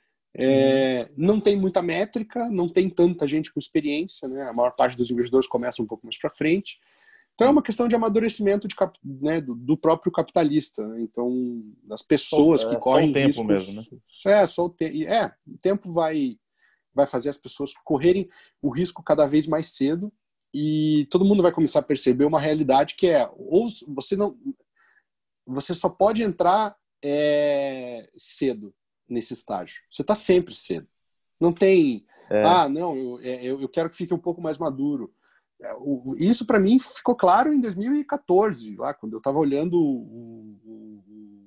É, uhum. Não tem muita métrica, não tem tanta gente com experiência, né? A maior parte dos investidores começa um pouco mais para frente. Então é uma questão de amadurecimento de, né, do, do próprio capitalista. Né? Então, das pessoas só, que é, correm só o tempo riscos... mesmo, né? É, só o, te... é, o tempo vai, vai fazer as pessoas correrem o risco cada vez mais cedo e todo mundo vai começar a perceber uma realidade que é, ou você não... Você só pode entrar é, cedo nesse estágio. Você está sempre cedo. Não tem, é. ah, não, eu, eu, eu quero que fique um pouco mais maduro. Isso, para mim, ficou claro em dois mil e quatorze, lá, quando eu estava olhando o, o,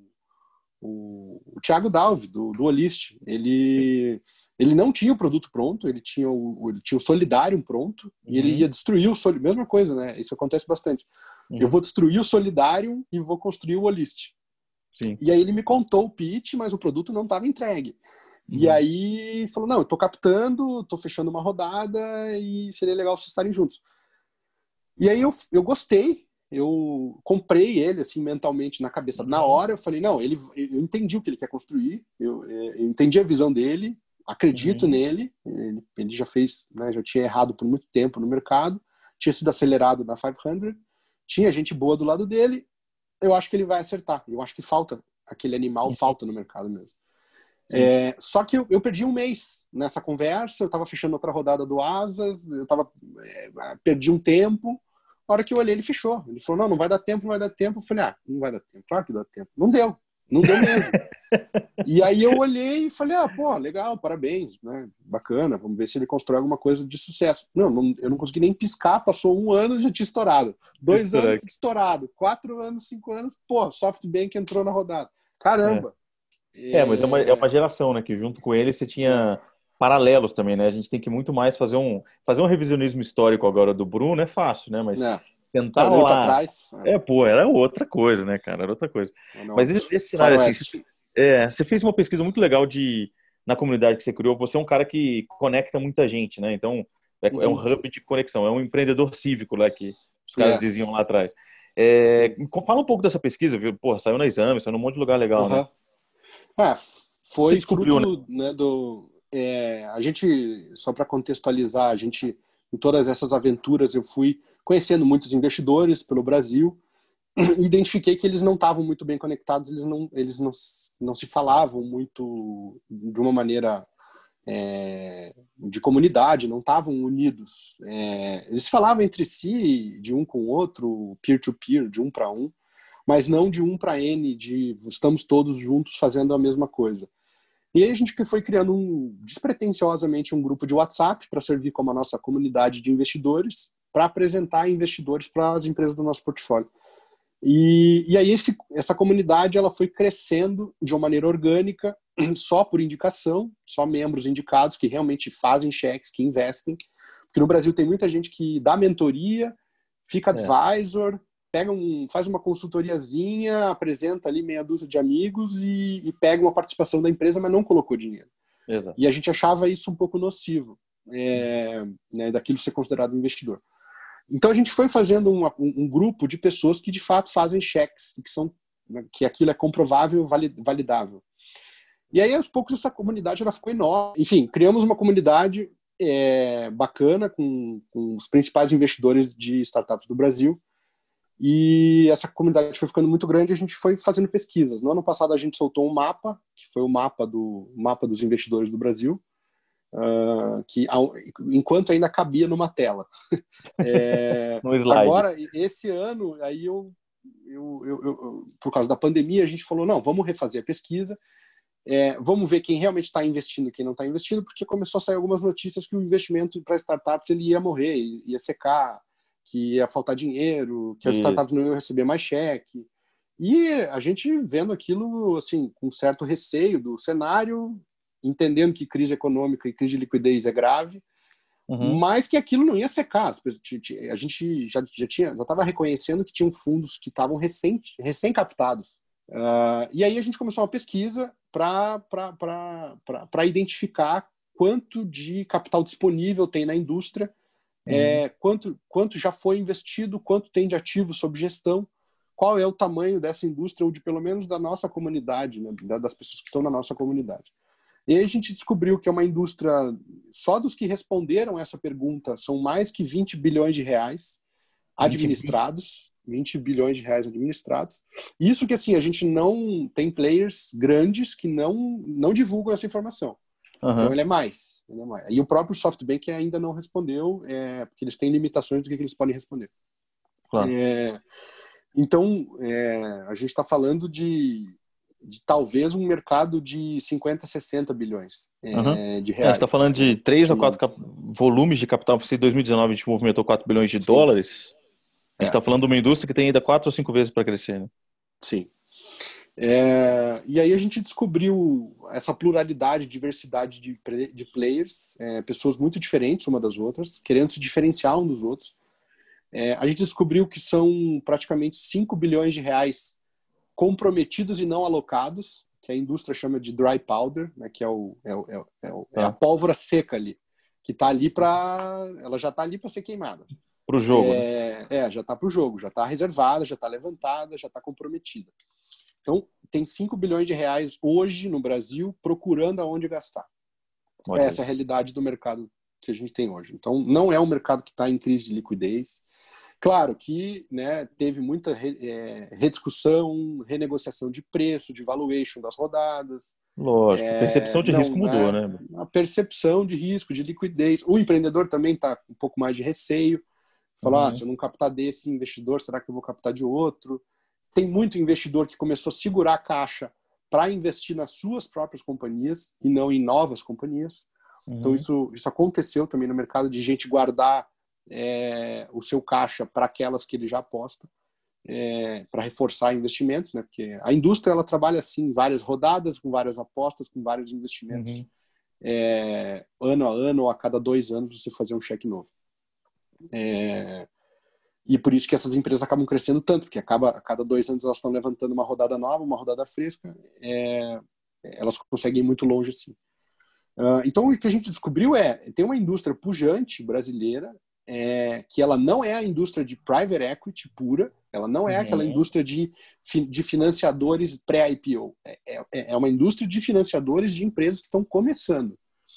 o, o Thiago Dalve, do, do Olist. Ele, ele não tinha o produto pronto, ele tinha o, ele tinha o Solidário pronto, uhum. e ele ia destruir o Solidário. Mesma coisa, né? Isso acontece bastante. Uhum. Eu vou destruir o Solidário e vou construir o Olist. Sim. E aí ele me contou o pitch, mas o produto não estava entregue. Uhum. E aí falou, não, eu tô captando, tô fechando uma rodada e seria legal vocês estarem juntos. E aí eu, eu gostei, eu comprei ele assim mentalmente na cabeça. Uhum. Na hora eu falei, não, ele, eu entendi o que ele quer construir, eu, eu entendi a visão dele, acredito uhum. nele, ele, ele já fez, né, já tinha errado por muito tempo no mercado, tinha sido acelerado na quinhentos, tinha gente boa do lado dele, eu acho que ele vai acertar. Eu acho que falta, aquele animal uhum. falta no mercado mesmo. É, só que eu, eu perdi um mês nessa conversa, eu estava fechando outra rodada do Asas, eu tava, é, perdi um tempo. Na hora que eu olhei, ele fechou. Ele falou, não, não vai dar tempo, não vai dar tempo. Eu falei, ah, não vai dar tempo. Claro que dá tempo. Não deu. Não deu mesmo. E aí eu olhei e falei, ah, pô, legal, parabéns, né? Bacana, vamos ver se ele constrói alguma coisa de sucesso. Não, não eu não consegui nem piscar, passou um ano e já tinha estourado. Dois Estourei. anos estourado. Quatro anos, cinco anos, pô, SoftBank entrou na rodada. Caramba! É, é mas é uma, é uma geração, né? Que junto com ele você tinha é. paralelos também, né? A gente tem que muito mais fazer um, fazer um revisionismo histórico agora do Bruno, é fácil, né? Mas... É. Tentar tá lá. Atrás, é. é, pô, era outra coisa, né, cara? Era outra coisa. Não, Mas esse, esse cenário, assim, você, é, você fez uma pesquisa muito legal de, na comunidade que você criou. Você é um cara que conecta muita gente, né? Então, é, uhum. é um hub de conexão, é um empreendedor cívico, né? Que os caras é. diziam lá atrás. É, fala um pouco dessa pesquisa, viu? Pô, saiu na Exame, saiu num monte de lugar legal, uhum. né? É, foi fruto, né, né do... É, a gente, só para contextualizar, a gente, em todas essas aventuras, eu fui conhecendo muitos investidores pelo Brasil, identifiquei que eles não estavam muito bem conectados, eles não, eles não, não se falavam muito de uma maneira é, de comunidade, não estavam unidos. É, eles falavam entre si, de um com o outro, peer-to-peer, de um para um, mas não de um para N, de estamos todos juntos fazendo a mesma coisa. E aí a gente foi criando um, despretensiosamente um grupo de WhatsApp para servir como a nossa comunidade de investidores, para apresentar investidores para as empresas do nosso portfólio. E, e aí esse, essa comunidade ela foi crescendo de uma maneira orgânica, só por indicação, só membros indicados que realmente fazem cheques, que investem. Porque no Brasil tem muita gente que dá mentoria, fica advisor, é. pega um, faz uma consultoriazinha, apresenta ali meia dúzia de amigos e, e pega uma participação da empresa, mas não colocou dinheiro. Exato. E a gente achava isso um pouco nocivo, é, né, daquilo ser considerado investidor. Então a gente foi fazendo um, um, um grupo de pessoas que de fato fazem cheques, que, são, que aquilo é comprovável, validável. E aí aos poucos essa comunidade ela ficou enorme. Enfim, criamos uma comunidade é, bacana com, com os principais investidores de startups do Brasil. E essa comunidade foi ficando muito grande e a gente foi fazendo pesquisas. No ano passado a gente soltou um mapa, que foi o mapa, do, mapa dos investidores do Brasil. uh, que ao, enquanto ainda cabia numa tela. É, No slide. agora, esse ano, aí eu, eu, eu, eu, por causa da pandemia, a gente falou, não, vamos refazer a pesquisa, é, vamos ver quem realmente está investindo e quem não está investindo, porque começou a sair algumas notícias que o investimento para startups ele ia morrer, ia secar, que ia faltar dinheiro, que as Isso. startups não iam receber mais cheque. E a gente vendo aquilo assim, com certo receio do cenário, entendendo que crise econômica e crise de liquidez é grave, uhum. mas que aquilo não ia secar. A gente já, já tinha, já estava reconhecendo que tinham fundos que estavam recém, recém-captados. Uh, e aí a gente começou uma pesquisa para identificar quanto de capital disponível tem na indústria, uhum. é, quanto, quanto já foi investido, quanto tem de ativos sob gestão, qual é o tamanho dessa indústria, ou de pelo menos da nossa comunidade, né, das pessoas que estão na nossa comunidade. E aí a gente descobriu que é uma indústria, só dos que responderam essa pergunta, são mais que vinte bilhões de reais administrados, vinte bilhões de reais administrados. Isso que assim, a gente não tem players grandes que não, não divulgam essa informação. Uhum. Então ele é, mais, ele é mais. E o próprio SoftBank ainda não respondeu, é, porque eles têm limitações do que, que eles podem responder. Claro. É, então, é, a gente está falando de, de talvez um mercado de cinquenta, sessenta bilhões uhum. é, de reais. É, a gente está falando de três de, ou quatro cap... volumes de capital. Em dois mil e dezenove a gente movimentou quatro bilhões de sim. dólares. A gente está é. falando de uma indústria que tem ainda quatro ou cinco vezes para crescer. Né? Sim. É, e aí a gente descobriu essa pluralidade, diversidade de, de players, é, pessoas muito diferentes uma das outras, querendo se diferenciar um dos outros. É, a gente descobriu que são praticamente cinco bilhões de reais comprometidos e não alocados, que a indústria chama de dry powder, né, que é, o, é, o, é, o, é a pólvora seca ali, que tá ali para, ela já está ali para ser queimada. Para o jogo. É, né? é já está para o jogo, já está reservada, já está levantada, já está comprometida. Então, tem cinco bilhões de reais hoje no Brasil procurando aonde gastar. Olha Essa isso. é a realidade do mercado que a gente tem hoje. Então, não é um mercado que está em crise de liquidez. Claro que né, teve muita re, é, rediscussão, renegociação de preço, de valuation das rodadas. Lógico, a percepção de é, risco não, mudou, né? né? A percepção de risco, de liquidez. O empreendedor também está com um pouco mais de receio. Falar, uhum. ah, se eu não captar desse investidor, será que eu vou captar de outro? Tem muito investidor que começou a segurar a caixa para investir nas suas próprias companhias e não em novas companhias. Uhum. Então isso, isso aconteceu também no mercado de gente guardar é, o seu caixa para aquelas que ele já aposta, é, para reforçar investimentos, né? Porque a indústria ela trabalha assim, várias rodadas, com várias apostas, com vários investimentos, uhum. é, ano a ano ou a cada dois anos você fazer um cheque novo. É, e por isso que essas empresas acabam crescendo tanto, porque acaba, a cada dois anos elas estão levantando uma rodada nova, uma rodada fresca, é, elas conseguem ir muito longe assim. Uh, então o que a gente descobriu é, tem uma indústria pujante brasileira, é, que ela não é a indústria de private equity pura, ela não é uhum. aquela indústria de, de financiadores pré-I P O, é, é, é uma indústria de financiadores de empresas que estão começando,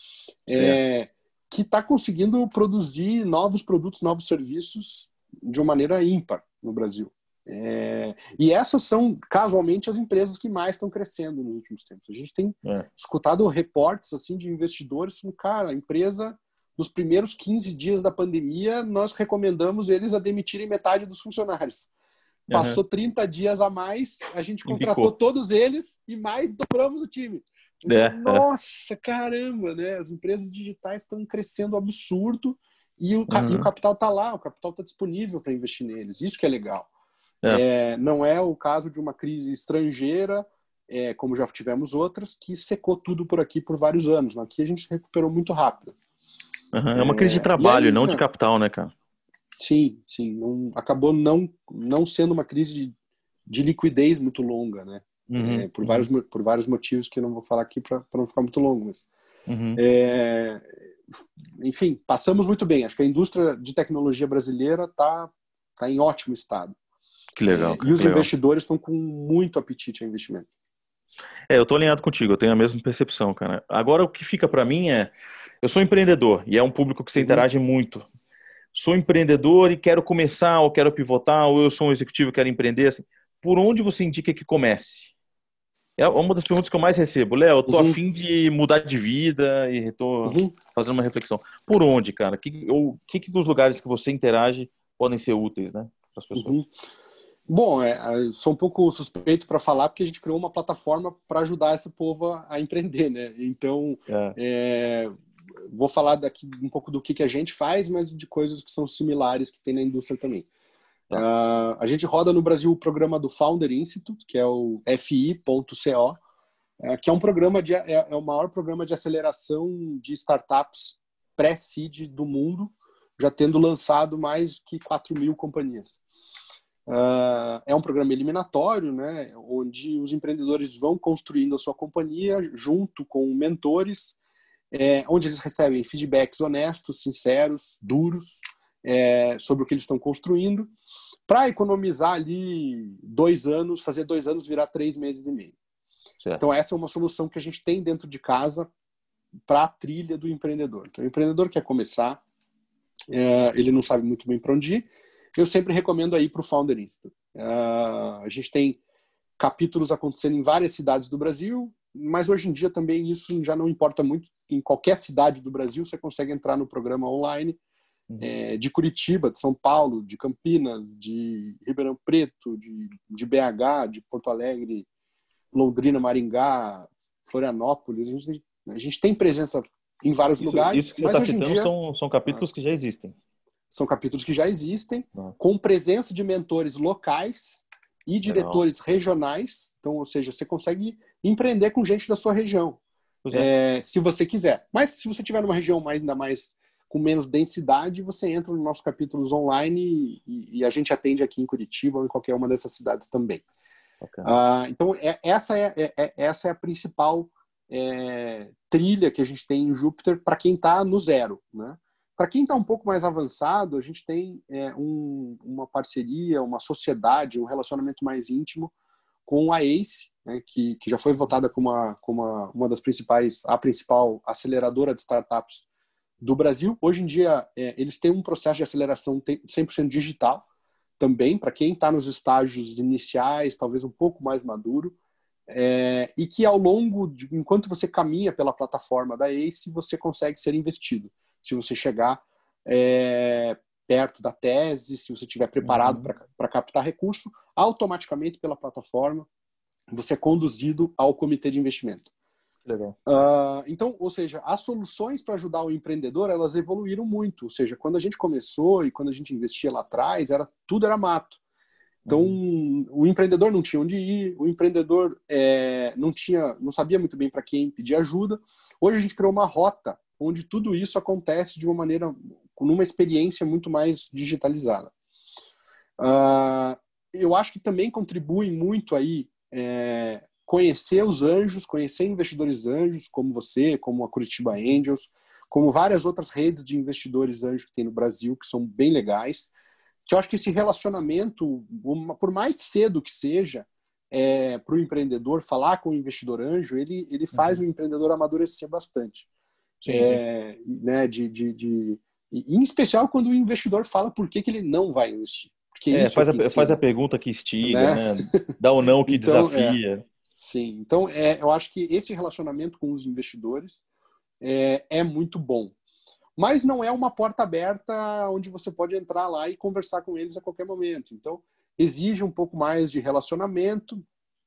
é, que está conseguindo produzir novos produtos, novos serviços de uma maneira ímpar no Brasil. É, e essas são, casualmente, as empresas que mais estão crescendo nos últimos tempos. A gente tem é. escutado reportes assim, de investidores falando, cara, a empresa, nos primeiros quinze dias da pandemia, nós recomendamos eles a demitirem metade dos funcionários. Passou uhum. trinta dias a mais, a gente contratou todos eles e mais dobramos o time. É. Nossa, caramba, né? As empresas digitais estão crescendo absurdo e o, uhum. e o capital está lá, o capital está disponível para investir neles. Isso que é legal. É. É, não é o caso de uma crise estrangeira, é, como já tivemos outras, que secou tudo por aqui por vários anos. Aqui a gente se recuperou muito rápido. Uhum. É uma crise de trabalho, aí, não né? de capital, né, cara? Sim, sim. Não, acabou não, não sendo uma crise de, de liquidez muito longa, né? Uhum. É, por, uhum. vários, por vários motivos que eu não vou falar aqui para não ficar muito longo. Mas, uhum. é, enfim, passamos muito bem. Acho que a indústria de tecnologia brasileira está tá em ótimo estado. Que legal. É, e os legal. investidores estão com muito apetite a investimento. É, eu tô alinhado contigo, eu tenho a mesma percepção, cara. Agora o que fica para mim é, eu sou empreendedor e é um público que você uhum. interage muito. Sou empreendedor e quero começar, ou quero pivotar, ou eu sou um executivo e quero empreender. Assim, por onde você indica que comece? É uma das perguntas que eu mais recebo. Léo, eu tô a Uhum, fim de mudar de vida e tô uhum, fazendo uma reflexão. Por onde, cara? Que, ou que, que dos lugares que você interage podem ser úteis, né, para as pessoas? uhum. Bom, é, eu sou um pouco suspeito para falar porque a gente criou uma plataforma para ajudar esse povo a, a empreender, né? Então, É, é, vou falar daqui um pouco do que, que a gente faz, mas de coisas que são similares que tem na indústria também. tá. Uh, a gente roda no Brasil o programa do Founder Institute, que é o F I ponto co, é, que é um programa de, é, é o maior programa de aceleração de startups pré-seed do mundo, já tendo lançado mais que quatro mil companhias. Uh, é um programa eliminatório, né, onde os empreendedores vão construindo a sua companhia junto com mentores, é, onde eles recebem feedbacks honestos, sinceros, duros, é, sobre o que eles estão construindo, para economizar ali dois anos, fazer dois anos virar três meses e meio. Certo. Então essa é uma solução que a gente tem dentro de casa para a trilha do empreendedor. Então o empreendedor quer começar, é, ele não sabe muito bem para onde ir, eu sempre recomendo aí para o Founder Institute. Uh, a gente tem capítulos acontecendo em várias cidades do Brasil, mas hoje em dia também isso já não importa muito. Em qualquer cidade do Brasil você consegue entrar no programa online, Uhum. é, de Curitiba, de São Paulo, de Campinas, de Ribeirão Preto, de, de B H, de Porto Alegre, Londrina, Maringá, Florianópolis. A gente, a gente tem presença em vários Isso, lugares, isso que você mas está hoje em citando dia são, são capítulos que já existem. são capítulos que já existem, Né? com presença de mentores locais e Legal. diretores regionais. Então, ou seja, você consegue empreender com gente da sua região, Pois é. é, se você quiser. Mas se você tiver numa região mais, ainda mais com menos densidade, você entra nos nossos capítulos online e, e a gente atende aqui em Curitiba ou em qualquer uma dessas cidades também. Bacana. Ah, então, é, essa, é, é, é, essa é a principal é, trilha que a gente tem em Júpiter para quem está no zero, né? Para quem está um pouco mais avançado, a gente tem é, um, uma parceria, uma sociedade, um relacionamento mais íntimo com a ACE, né, que, que já foi votada como, uma, como uma, uma das principais, a principal aceleradora de startups do Brasil. Hoje em dia, é, eles têm um processo de aceleração cem por cento digital também, para quem está nos estágios iniciais, talvez um pouco mais maduro, é, e que ao longo, de, enquanto você caminha pela plataforma da ACE, você consegue ser investido. Se você chegar é, perto da tese, se você estiver preparado Uhum. para captar recurso, automaticamente pela plataforma você é conduzido ao comitê de investimento. Legal. Uh, então, ou seja, as soluções para ajudar o empreendedor, elas evoluíram muito. Ou seja, quando a gente começou e quando a gente investia lá atrás, era, tudo era mato. Então, Uhum. o empreendedor não tinha onde ir, o empreendedor é, não tinha, não sabia muito bem para quem pedir ajuda. Hoje a gente criou uma rota onde tudo isso acontece de uma maneira, com uma experiência muito mais digitalizada. Uh, eu acho que também contribui muito aí é, conhecer os anjos, conhecer investidores anjos, como você, como a Curitiba Angels, como várias outras redes de investidores anjos que tem no Brasil, que são bem legais. Que eu acho que esse relacionamento, por mais cedo que seja, é, para o empreendedor falar com o investidor anjo, ele, ele faz Uhum. o empreendedor amadurecer bastante. Sim, sim. É, né, de, de, de, em especial quando o investidor fala por que, que ele não vai investir. Porque É, isso é faz que a, faz a ensina, pergunta que instiga, né? né? Dá ou não que Então, é, desafia. sim. Então, é, eu acho que esse relacionamento com os investidores é, é muito bom. Mas não é uma porta aberta onde você pode entrar lá e conversar com eles a qualquer momento. Então, exige um pouco mais de relacionamento.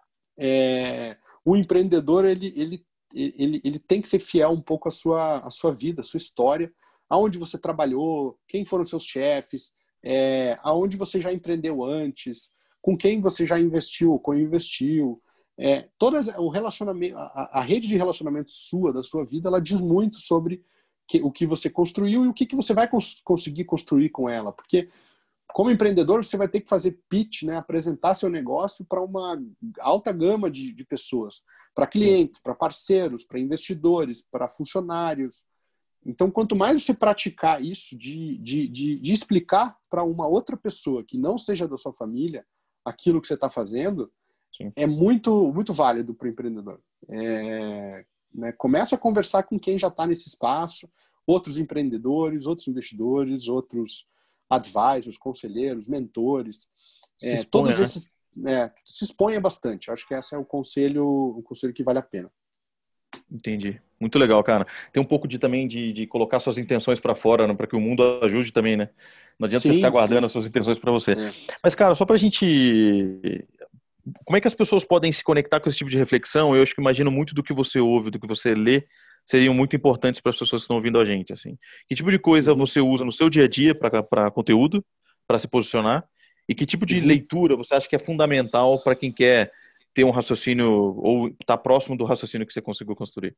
É, o empreendedor, ele, ele, ele, ele tem que ser fiel um pouco à sua, à sua vida, à sua história, aonde você trabalhou, quem foram seus chefes, é, aonde você já empreendeu antes, com quem você já investiu, como investiu. É, todas, o relacionamento, a, a rede de relacionamento sua, da sua vida, ela diz muito sobre que, o que você construiu e o que, que você vai cons conseguir construir com ela. Porque, como empreendedor, você vai ter que fazer pitch, né, apresentar seu negócio para uma alta gama de, de pessoas, para Sim. clientes, para parceiros, para investidores, para funcionários. Então, quanto mais você praticar isso, de, de, de, de explicar para uma outra pessoa que não seja da sua família aquilo que você está fazendo, Sim. é muito, muito válido para o empreendedor. É, né, começa a conversar com quem já está nesse espaço, outros empreendedores, outros investidores, outros advisors, conselheiros, mentores. Se É, exponha, todos né? esses, é, se exponha bastante. Acho que esse é um conselho, um conselho que vale a pena. Entendi. Muito legal, cara. Tem um pouco de também de, de colocar suas intenções para fora, né, para que o mundo ajude também, né? Não adianta você ficar Sim, guardando sim. as suas intenções para você. É. Mas, cara, só pra gente. Como é que as pessoas podem se conectar com esse tipo de reflexão? Eu acho que imagino muito do que você ouve, do que você lê, seriam muito importantes para as pessoas que estão ouvindo a gente, assim. Que tipo de coisa Uhum, você usa no seu dia a dia para conteúdo, para se posicionar? E que tipo de uhum. leitura você acha que é fundamental para quem quer ter um raciocínio ou estar próximo do raciocínio que você conseguiu construir?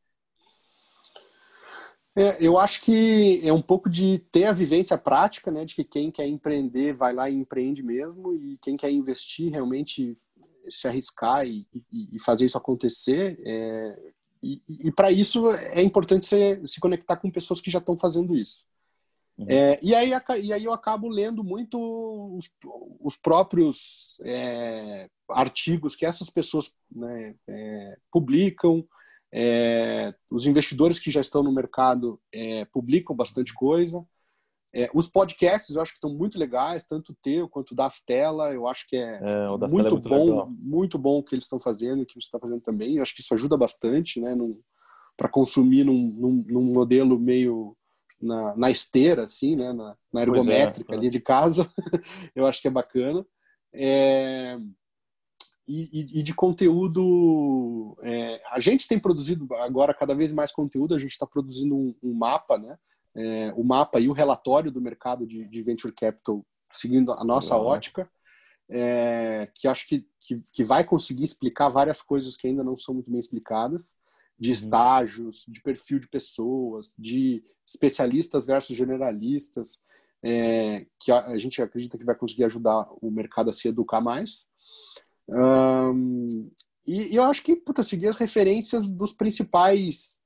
É, eu acho que é um pouco de ter a vivência prática, né, de que quem quer empreender vai lá e empreende mesmo, e quem quer investir realmente se arriscar e, e, e fazer isso acontecer. É, e e para isso é importante você se conectar com pessoas que já estão fazendo isso. Uhum. É, e, aí, e aí eu acabo lendo muito os, os próprios é, artigos que essas pessoas, né, é, publicam. É, os investidores que já estão no mercado é, publicam bastante coisa. É, os podcasts eu acho que estão muito legais, tanto o teu quanto o da Astela. Eu acho que é É, o da Stella é muito muito bom, legal. muito bom o que eles estão fazendo e o que você está fazendo também. Eu acho que isso ajuda bastante, né, para consumir num, num, num modelo meio na, na esteira, assim, né, na, na Pois é. ergométrica ali de casa. Eu acho que é bacana. É, e, e, de conteúdo, é, a gente tem produzido agora cada vez mais conteúdo. A gente está produzindo um, um mapa, né? É, o mapa e o relatório do mercado de, de Venture Capital, seguindo a nossa Legal. ótica, é, que acho que, que, que vai conseguir explicar várias coisas que ainda não são muito bem explicadas, de Uhum. estágios, de perfil de pessoas, de especialistas versus generalistas, é, que a, a gente acredita que vai conseguir ajudar o mercado a se educar mais. Um, e, e eu acho que, puta, seguir as referências dos principais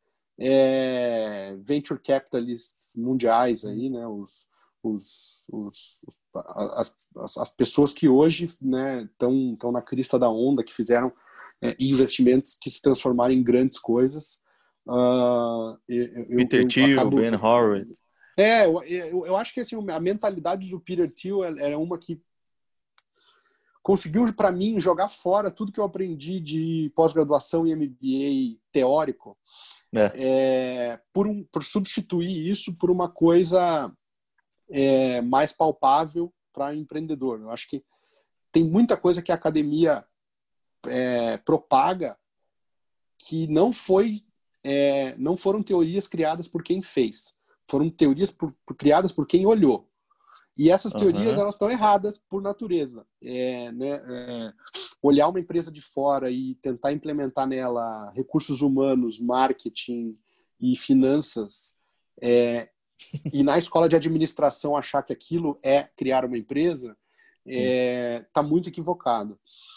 é, venture capitalists mundiais aí, né, os, os, os, as, as, as pessoas que hoje, né, estão estão na crista da onda, que fizeram é, investimentos que se transformaram em grandes coisas. Uh, eu, eu, Peter eu Thiel, acabo... Ben Horowitz. É, eu, eu, eu acho que assim, a mentalidade do Peter Thiel era uma que conseguiu, para mim, jogar fora tudo que eu aprendi de pós-graduação e M B A teórico, É. é, por, um, por substituir isso por uma coisa é, mais palpável para empreendedor. Eu acho que tem muita coisa que a academia é, propaga que não foi, é, não foram teorias criadas por quem fez, foram teorias por, por, criadas por quem olhou. E essas teorias, Uhum. elas estão erradas por natureza. É, né, é, olhar uma empresa de fora e tentar implementar nela recursos humanos, marketing e finanças, é, e na escola de administração achar que aquilo é criar uma empresa, está é, muito equivocado.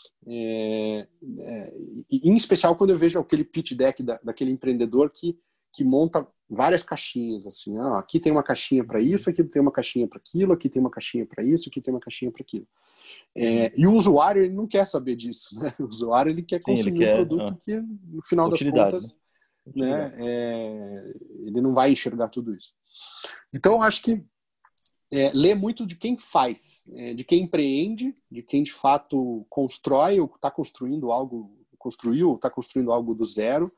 É, é, em especial quando eu vejo aquele pitch deck da, daquele empreendedor que, que monta várias caixinhas, assim, ah, aqui tem uma caixinha para isso, aqui tem uma caixinha para aquilo, aqui tem uma caixinha para isso, aqui tem uma caixinha para aquilo. É, e o usuário, ele não quer saber disso, né? O usuário, ele quer Sim, ele consumir um quer produto ah, que, no final das utilidade, né? contas, né, Utilidade. é, ele não vai enxergar tudo isso. Então, eu acho que é, ler muito de quem faz, é, de quem empreende, de quem de fato constrói ou está construindo algo, construiu ou está construindo algo do zero.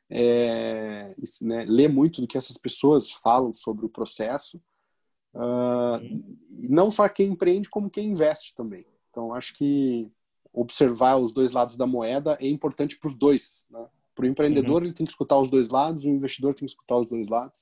É, né, ler muito do que essas pessoas falam sobre o processo, uh, Uhum. não só quem empreende, como quem investe também. Então, acho que observar os dois lados da moeda é importante para os dois. Né? Para o Uhum. empreendedor, ele tem que escutar os dois lados, o investidor tem que escutar os dois lados.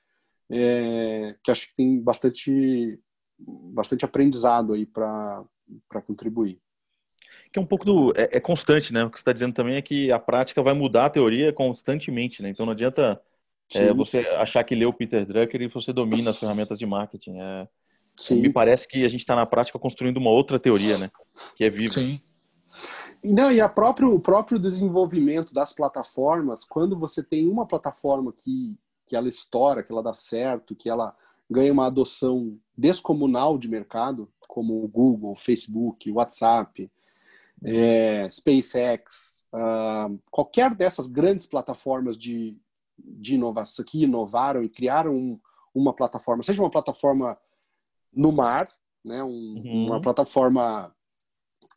É, que acho que tem bastante, bastante aprendizado aí para contribuir. Que é um pouco do. É, é constante, né? O que você está dizendo também é que a prática vai mudar a teoria constantemente, né? Então não adianta é, Sim, você achar que leu o Peter Drucker e você domina as ferramentas de marketing. É, é, me sim, parece que a gente está na prática construindo uma outra teoria, né? Que é viva. sim. E, não, e a próprio, o próprio desenvolvimento das plataformas, quando você tem uma plataforma que, que ela estoura, que ela dá certo, que ela ganha uma adoção descomunal de mercado, como o Google, Facebook, WhatsApp, Uhum. é, SpaceX, uh, qualquer dessas grandes plataformas de, de inovação que inovaram e criaram um, uma plataforma, seja uma plataforma no mar, né, um, uma Uhum. plataforma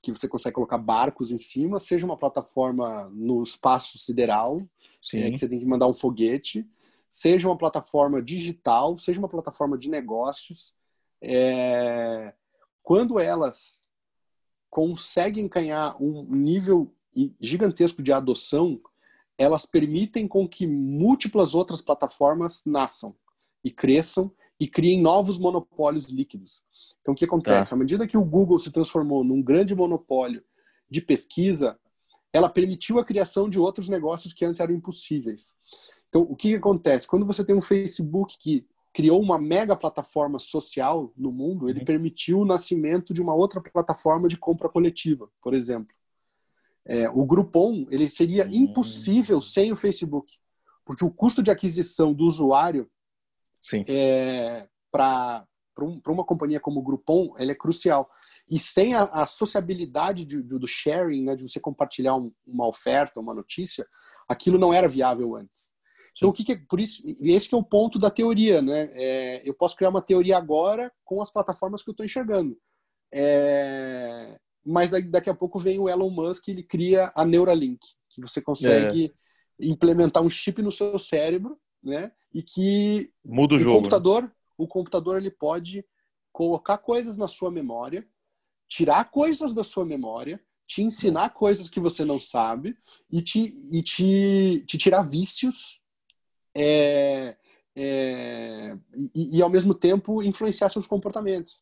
que você consegue colocar barcos em cima, seja uma plataforma no espaço sideral, é, que você tem que mandar um foguete, seja uma plataforma digital, seja uma plataforma de negócios. É, quando elas conseguem ganhar um nível gigantesco de adoção, elas permitem com que múltiplas outras plataformas nasçam e cresçam e criem novos monopólios líquidos. Então, o que acontece? Tá. À medida que o Google se transformou num grande monopólio de pesquisa, ela permitiu a criação de outros negócios que antes eram impossíveis. Então, o que acontece? Quando você tem um Facebook que criou uma mega plataforma social no mundo, ele Uhum. permitiu o nascimento de uma outra plataforma de compra coletiva, por exemplo. É, o Groupon, ele seria impossível sem o Facebook, porque o custo de aquisição do usuário Sim. é, para um, uma companhia como o Groupon, ele é crucial. E sem a, a sociabilidade de, do, do sharing, né, de você compartilhar um, uma oferta, uma notícia, aquilo não era viável antes. Então, o que, que é por isso? Esse que é o ponto da teoria, né? É, eu posso criar uma teoria agora com as plataformas que eu estou enxergando. É, mas daqui a pouco vem o Elon Musk e ele cria a Neuralink, que você consegue é. implementar um chip no seu cérebro, né? E que muda o, o jogo, computador, né? o computador ele pode colocar coisas na sua memória, tirar coisas da sua memória, te ensinar coisas que você não sabe e te, e te, te tirar vícios é, é, e, e, ao mesmo tempo, influenciar seus comportamentos.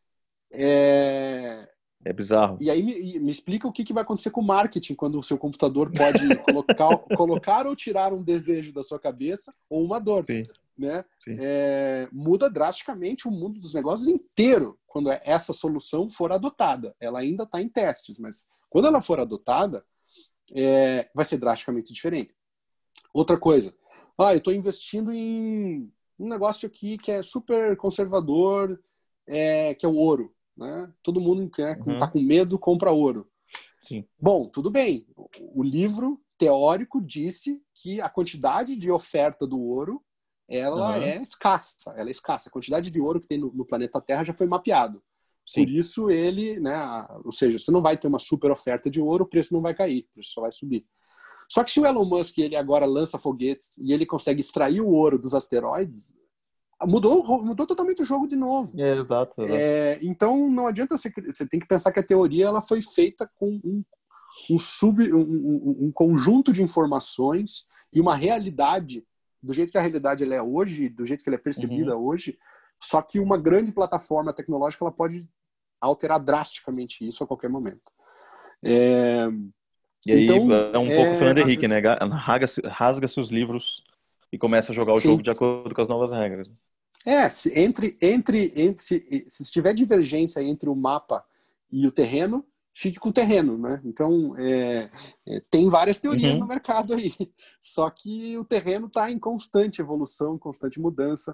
É, é bizarro. E aí me, me explica o que, que vai acontecer com o marketing quando o seu computador pode colocar, colocar ou tirar um desejo da sua cabeça ou uma dor. Sim. Né? Sim. É, muda drasticamente o mundo dos negócios inteiro quando essa solução for adotada. Ela ainda está em testes, mas quando ela for adotada, é, vai ser drasticamente diferente. Outra coisa, ah, eu estou investindo em um negócio aqui que é super conservador, é, que é o ouro. Né? Todo mundo que está uhum. com medo compra ouro. Sim. Bom, tudo bem. O livro teórico disse que a quantidade de oferta do ouro ela uhum. é escassa. Ela é escassa. A quantidade de ouro que tem no, no planeta Terra já foi mapeado. Sim. Por isso ele, né, ou seja, você não vai ter uma super oferta de ouro, o preço não vai cair, o preço só vai subir. Só que se o Elon Musk ele agora lança foguetes e ele consegue extrair o ouro dos asteroides, mudou, mudou totalmente o jogo de novo. É, exato. exato. É, então não adianta você, você tem que pensar que a teoria ela foi feita com um, um, sub, um, um, um conjunto de informações e uma realidade do jeito que a realidade ela é hoje, do jeito que ela é percebida uhum. hoje, só que uma grande plataforma tecnológica ela pode alterar drasticamente isso a qualquer momento. É, e aí então, é um é... pouco Fernando Henrique, né? Rasga, rasga seus livros e começa a jogar o Sim. jogo de acordo com as novas regras. É, se, entre, entre, entre se, se tiver divergência entre o mapa e o terreno, fique com o terreno, né? Então, é, é, tem várias teorias uhum. no mercado aí, só que o terreno está em constante evolução, constante mudança,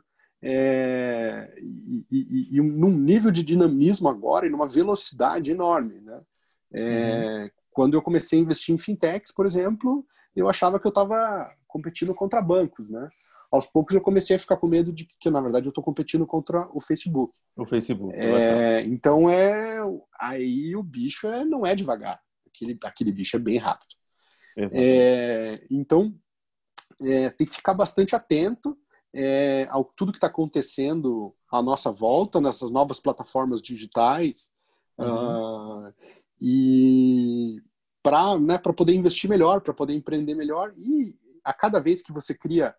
é, e, e, e num nível de dinamismo agora e numa velocidade enorme, né? É, uhum. Quando eu comecei a investir em fintechs, por exemplo, eu achava que eu estava competindo contra bancos, né? Aos poucos eu comecei a ficar com medo de que, na verdade, eu estou competindo contra o Facebook. O Facebook. É, então, é, aí o bicho é, não é devagar. Aquele, aquele bicho é bem rápido. É, então, é, tem que ficar bastante atento é, ao tudo que está acontecendo à nossa volta, nessas novas plataformas digitais. Uhum. Uh, e para né, para poder investir melhor, para poder empreender melhor. E a cada vez que você cria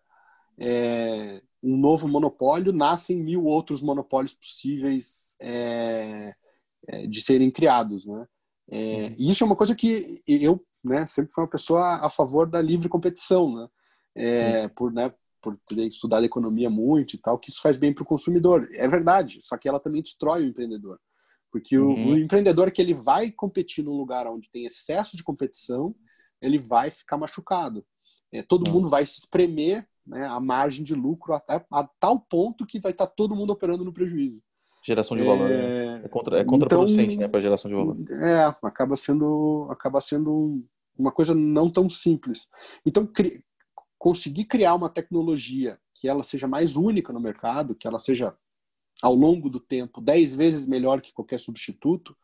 É, um novo monopólio, nascem mil outros monopólios possíveis é, é, de serem criados, né? É, e isso é uma coisa que eu né, sempre fui uma pessoa a favor da livre competição, né? É, por, né, por ter estudado economia muito e tal, que isso faz bem para o consumidor. É verdade, só que ela também destrói o empreendedor. Porque uhum. o, o empreendedor que ele vai competir num lugar onde tem excesso de competição, ele vai ficar machucado. É, todo uhum. mundo vai se espremer né, a margem de lucro até a tal ponto que vai estar todo mundo operando no prejuízo. Geração de valor, é, né? É, contra, é contraproducente, então, né, para geração de valor. É, acaba sendo, acaba sendo uma coisa não tão simples. Então, cri, conseguir criar uma tecnologia que ela seja mais única no mercado, que ela seja, ao longo do tempo, dez vezes melhor que qualquer substituto,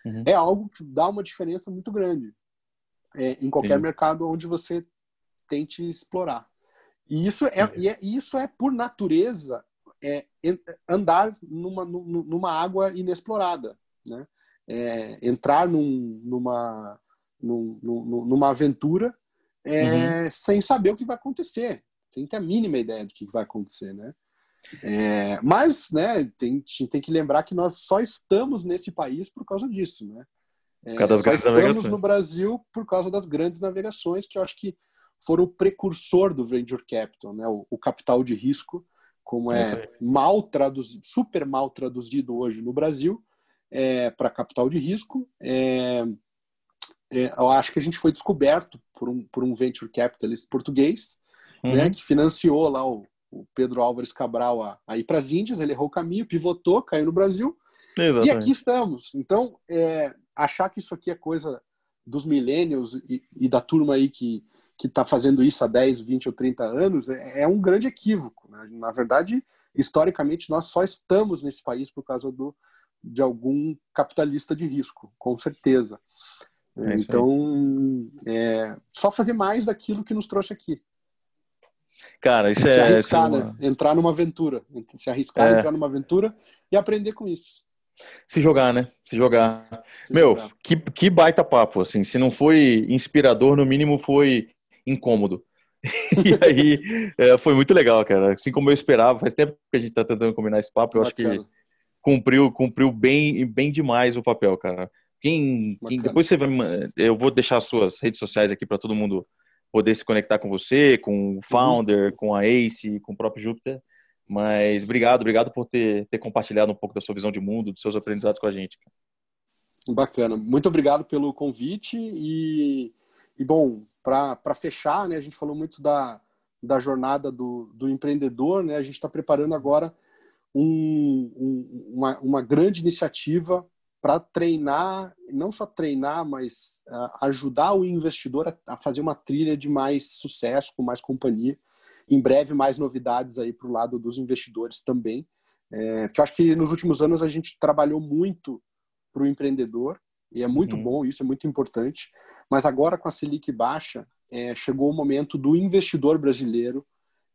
Uhum. é algo que dá uma diferença muito grande é, em qualquer Sim. mercado onde você tente explorar. E isso é, e é, isso é por natureza, é, andar numa, numa água inexplorada, né? É, entrar num, numa, num, numa aventura é, Uhum. sem saber o que vai acontecer, sem ter a mínima ideia do que vai acontecer, né? É, mas, né, tem, tem que lembrar que nós só estamos nesse país por causa disso, né? Por causa É, das só grandes estamos no navegações. Brasil por causa das grandes navegações, que eu acho que foram o precursor do venture capital, né? O, o capital de risco, como É isso é aí. mal traduzido, super mal traduzido hoje no Brasil, é, para capital de risco. É, é, eu acho que a gente foi descoberto por um, por um venture capitalist português, né? Uhum. Que financiou lá o, o Pedro Álvares Cabral a, a ir para as Índias. Ele errou o caminho, pivotou, caiu no Brasil. E aqui Exatamente. estamos. Então, é, achar que isso aqui é coisa dos millennials e, e da turma aí que que está fazendo isso há dez, vinte ou trinta anos é, é um grande equívoco, né? Na verdade, historicamente, nós só estamos nesse país por causa do, de algum capitalista de risco, com certeza. É isso aí. Então, é, só fazer mais daquilo que nos trouxe aqui. Cara, isso Se é, isso é arriscar, né? uma. Entrar numa aventura. Se arriscar, entrar É, numa aventura e aprender com isso. se jogar, né? Se jogar. Se Meu, jogar. que, que baita papo, assim. Se não foi inspirador, no mínimo foi incômodo. E aí, é, foi muito legal, cara. Assim como eu esperava, faz tempo que a gente tá tentando combinar esse papo, eu acho que Bacana, cumpriu, cumpriu bem, bem demais o papel, cara. Quem, quem bacana. depois você vai, ma- eu vou deixar as suas redes sociais aqui para todo mundo poder se conectar com você, com o Uhum. Founder, com a Ace, com o próprio Júpiter. Mas obrigado, obrigado por ter, ter compartilhado um pouco da sua visão de mundo, dos seus aprendizados com a gente. Bacana. Muito obrigado pelo convite e, e bom, para fechar, né, a gente falou muito da, da jornada do, do empreendedor, né, a gente está preparando agora um, um, uma, uma grande iniciativa para treinar, não só treinar, mas uh, ajudar o investidor a, a fazer uma trilha de mais sucesso, com mais companhia. Em breve, mais novidades aí para o lado dos investidores também. É, porque eu acho que nos últimos anos a gente trabalhou muito para o empreendedor, e é muito Uhum, bom, isso é muito importante, mas agora com a Selic baixa, é, chegou o momento do investidor brasileiro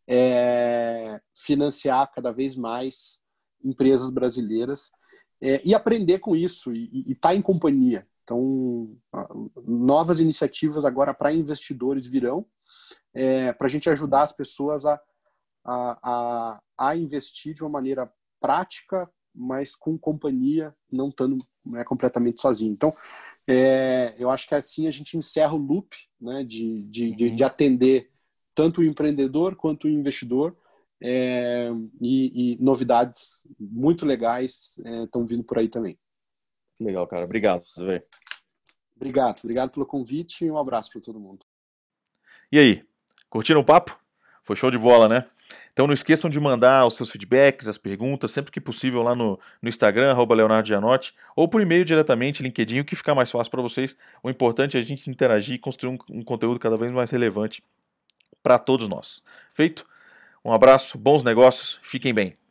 é, financiar cada vez mais empresas brasileiras é, e aprender com isso e estar tá em companhia. Então, novas iniciativas agora para investidores virão é, para a gente ajudar as pessoas a, a, a, a investir de uma maneira prática, mas com companhia, não estando né, completamente sozinho. Então, é, eu acho que assim a gente encerra o loop né, de, de, de, de uhum. atender tanto o empreendedor quanto o investidor. É, e, e novidades muito legais estão é, vindo por aí também. Legal, cara. Obrigado, velho. Obrigado, obrigado pelo convite e um abraço para todo mundo. E aí, curtiram o papo? Foi show de bola, né? Então não esqueçam de mandar os seus feedbacks, as perguntas, sempre que possível lá no, no Instagram, arroba Leonardo Gianotti, ou por e-mail diretamente, LinkedIn, o que ficar mais fácil para vocês. O importante é a gente interagir e construir um, um conteúdo cada vez mais relevante para todos nós. Feito? Um abraço, bons negócios, fiquem bem.